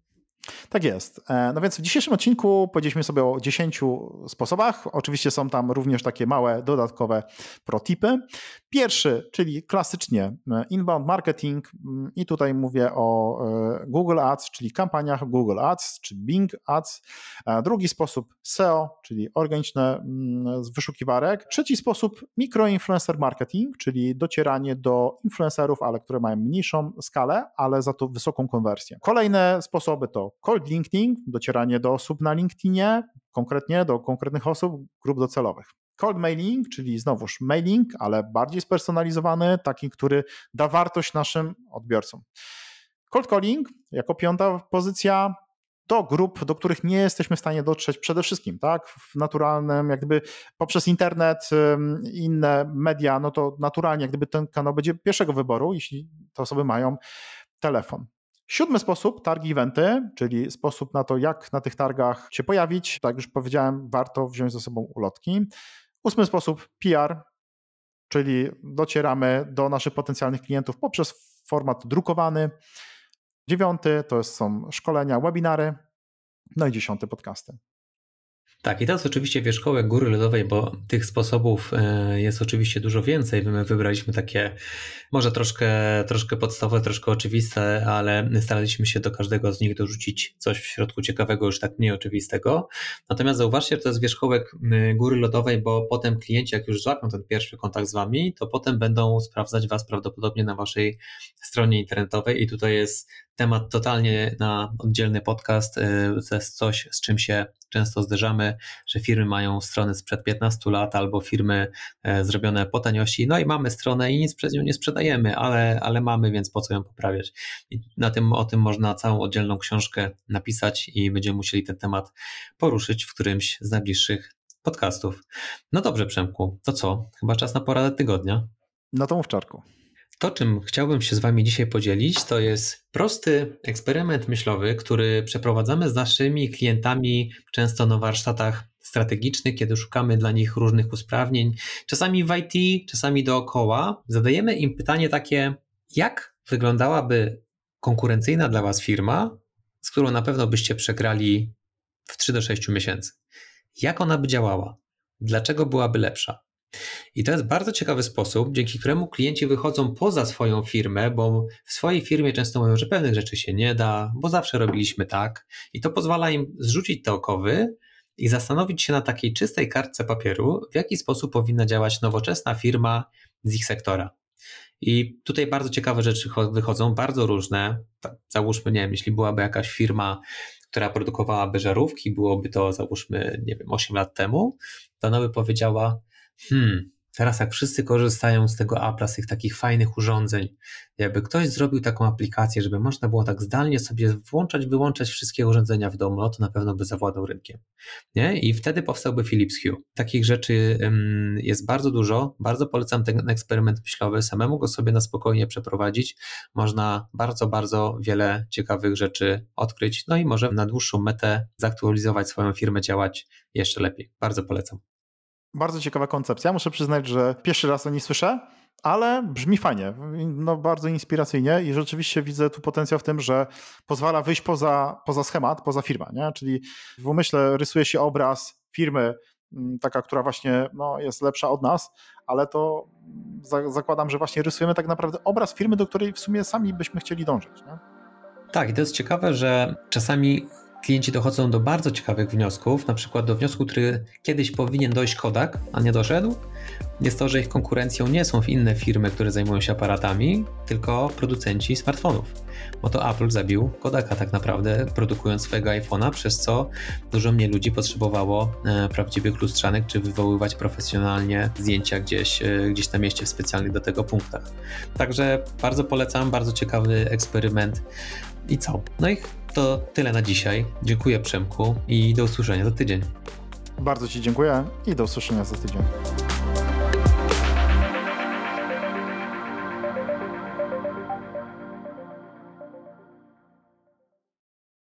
Tak jest. No więc w dzisiejszym odcinku powiedzieliśmy sobie o 10 sposobach. Oczywiście są tam również takie małe, dodatkowe protipy. Pierwszy, czyli klasycznie inbound marketing i tutaj mówię o Google Ads, czyli kampaniach Google Ads czy Bing Ads. Drugi sposób SEO, czyli organiczne wyszukiwarek. Trzeci sposób mikroinfluencer marketing, czyli docieranie do influencerów, ale które mają mniejszą skalę, ale za to wysoką konwersję. Kolejne sposoby to cold linking, docieranie do osób na LinkedInie, konkretnie do konkretnych osób, grup docelowych. Cold mailing, czyli znowuż mailing, ale bardziej spersonalizowany, taki, który da wartość naszym odbiorcom. Cold calling jako 5. pozycja do grup, do których nie jesteśmy w stanie dotrzeć przede wszystkim, tak? W naturalnym, jak gdyby poprzez internet, inne media, no to naturalnie jak gdyby ten kanał będzie pierwszego wyboru, jeśli te osoby mają telefon. 7. sposób, targi eventy, czyli sposób na to, jak na tych targach się pojawić. Tak jak już powiedziałem, warto wziąć ze sobą ulotki. 8. sposób, PR, czyli docieramy do naszych potencjalnych klientów poprzez format drukowany. 9. to są szkolenia, webinary. No i 10. podcasty. Tak, i to jest oczywiście wierzchołek góry lodowej, bo tych sposobów jest oczywiście dużo więcej. My wybraliśmy takie może troszkę podstawowe, troszkę oczywiste, ale staraliśmy się do każdego z nich dorzucić coś w środku ciekawego, już tak mniej oczywistego. Natomiast zauważcie, że to jest wierzchołek góry lodowej, bo potem klienci, jak już złapią ten pierwszy kontakt z wami, to potem będą sprawdzać was prawdopodobnie na waszej stronie internetowej i tutaj jest temat totalnie na oddzielny podcast. To jest coś, z czym się często zderzamy, że firmy mają strony sprzed 15 lat albo firmy zrobione po taniości, no i mamy stronę i nic przez nią nie sprzedajemy, ale mamy, więc po co ją poprawiać? I o tym można całą oddzielną książkę napisać i będziemy musieli ten temat poruszyć w którymś z najbliższych podcastów. No dobrze, Przemku, to co? Chyba czas na poradę tygodnia. No to mów, Czarku. To, czym chciałbym się z wami dzisiaj podzielić, to jest prosty eksperyment myślowy, który przeprowadzamy z naszymi klientami często na warsztatach strategicznych, kiedy szukamy dla nich różnych usprawnień, czasami w IT, czasami dookoła. Zadajemy im pytanie takie, jak wyglądałaby konkurencyjna dla was firma, z którą na pewno byście przegrali w 3 do 6 miesięcy. Jak ona by działała? Dlaczego byłaby lepsza? I to jest bardzo ciekawy sposób, dzięki któremu klienci wychodzą poza swoją firmę, bo w swojej firmie często mówią, że pewnych rzeczy się nie da, bo zawsze robiliśmy tak. I to pozwala im zrzucić te okowy i zastanowić się na takiej czystej kartce papieru, w jaki sposób powinna działać nowoczesna firma z ich sektora. I tutaj bardzo ciekawe rzeczy wychodzą, bardzo różne. Załóżmy, nie wiem, jeśli byłaby jakaś firma, która produkowałaby żarówki, byłoby to załóżmy, nie wiem, 8 lat temu, to ona by powiedziała, teraz jak wszyscy korzystają z tego Apple'a, z tych takich fajnych urządzeń, jakby ktoś zrobił taką aplikację, żeby można było tak zdalnie sobie włączać, wyłączać wszystkie urządzenia w domu, no to na pewno by zawładał rynkiem. Nie? I wtedy powstałby Philips Hue. Takich rzeczy jest bardzo dużo, bardzo polecam ten eksperyment myślowy, samemu go sobie na spokojnie przeprowadzić, można bardzo, bardzo wiele ciekawych rzeczy odkryć, no i może na dłuższą metę zaktualizować swoją firmę, działać jeszcze lepiej. Bardzo polecam. Bardzo ciekawa koncepcja. Muszę przyznać, że pierwszy raz o niej słyszę, ale brzmi fajnie, no bardzo inspiracyjnie i rzeczywiście widzę tu potencjał w tym, że pozwala wyjść poza schemat, poza firmę, nie? Czyli w umyśle rysuje się obraz firmy, taka, która właśnie jest lepsza od nas, ale to zakładam, że właśnie rysujemy tak naprawdę obraz firmy, do której w sumie sami byśmy chcieli dążyć. Nie? Tak, i to jest ciekawe, że czasami klienci dochodzą do bardzo ciekawych wniosków, na przykład do wniosku, który kiedyś powinien dojść Kodak, a nie doszedł, jest to, że ich konkurencją nie są inne firmy, które zajmują się aparatami, tylko producenci smartfonów. Bo to Apple zabił Kodaka tak naprawdę, produkując swojego iPhone'a, przez co dużo mniej ludzi potrzebowało prawdziwych lustrzanek, czy wywoływać profesjonalnie zdjęcia gdzieś na mieście w specjalnych do tego punktach. Także bardzo polecam, bardzo ciekawy eksperyment. I co? No i to tyle na dzisiaj. Dziękuję, Przemku, i do usłyszenia za tydzień. Bardzo Ci dziękuję i do usłyszenia za tydzień.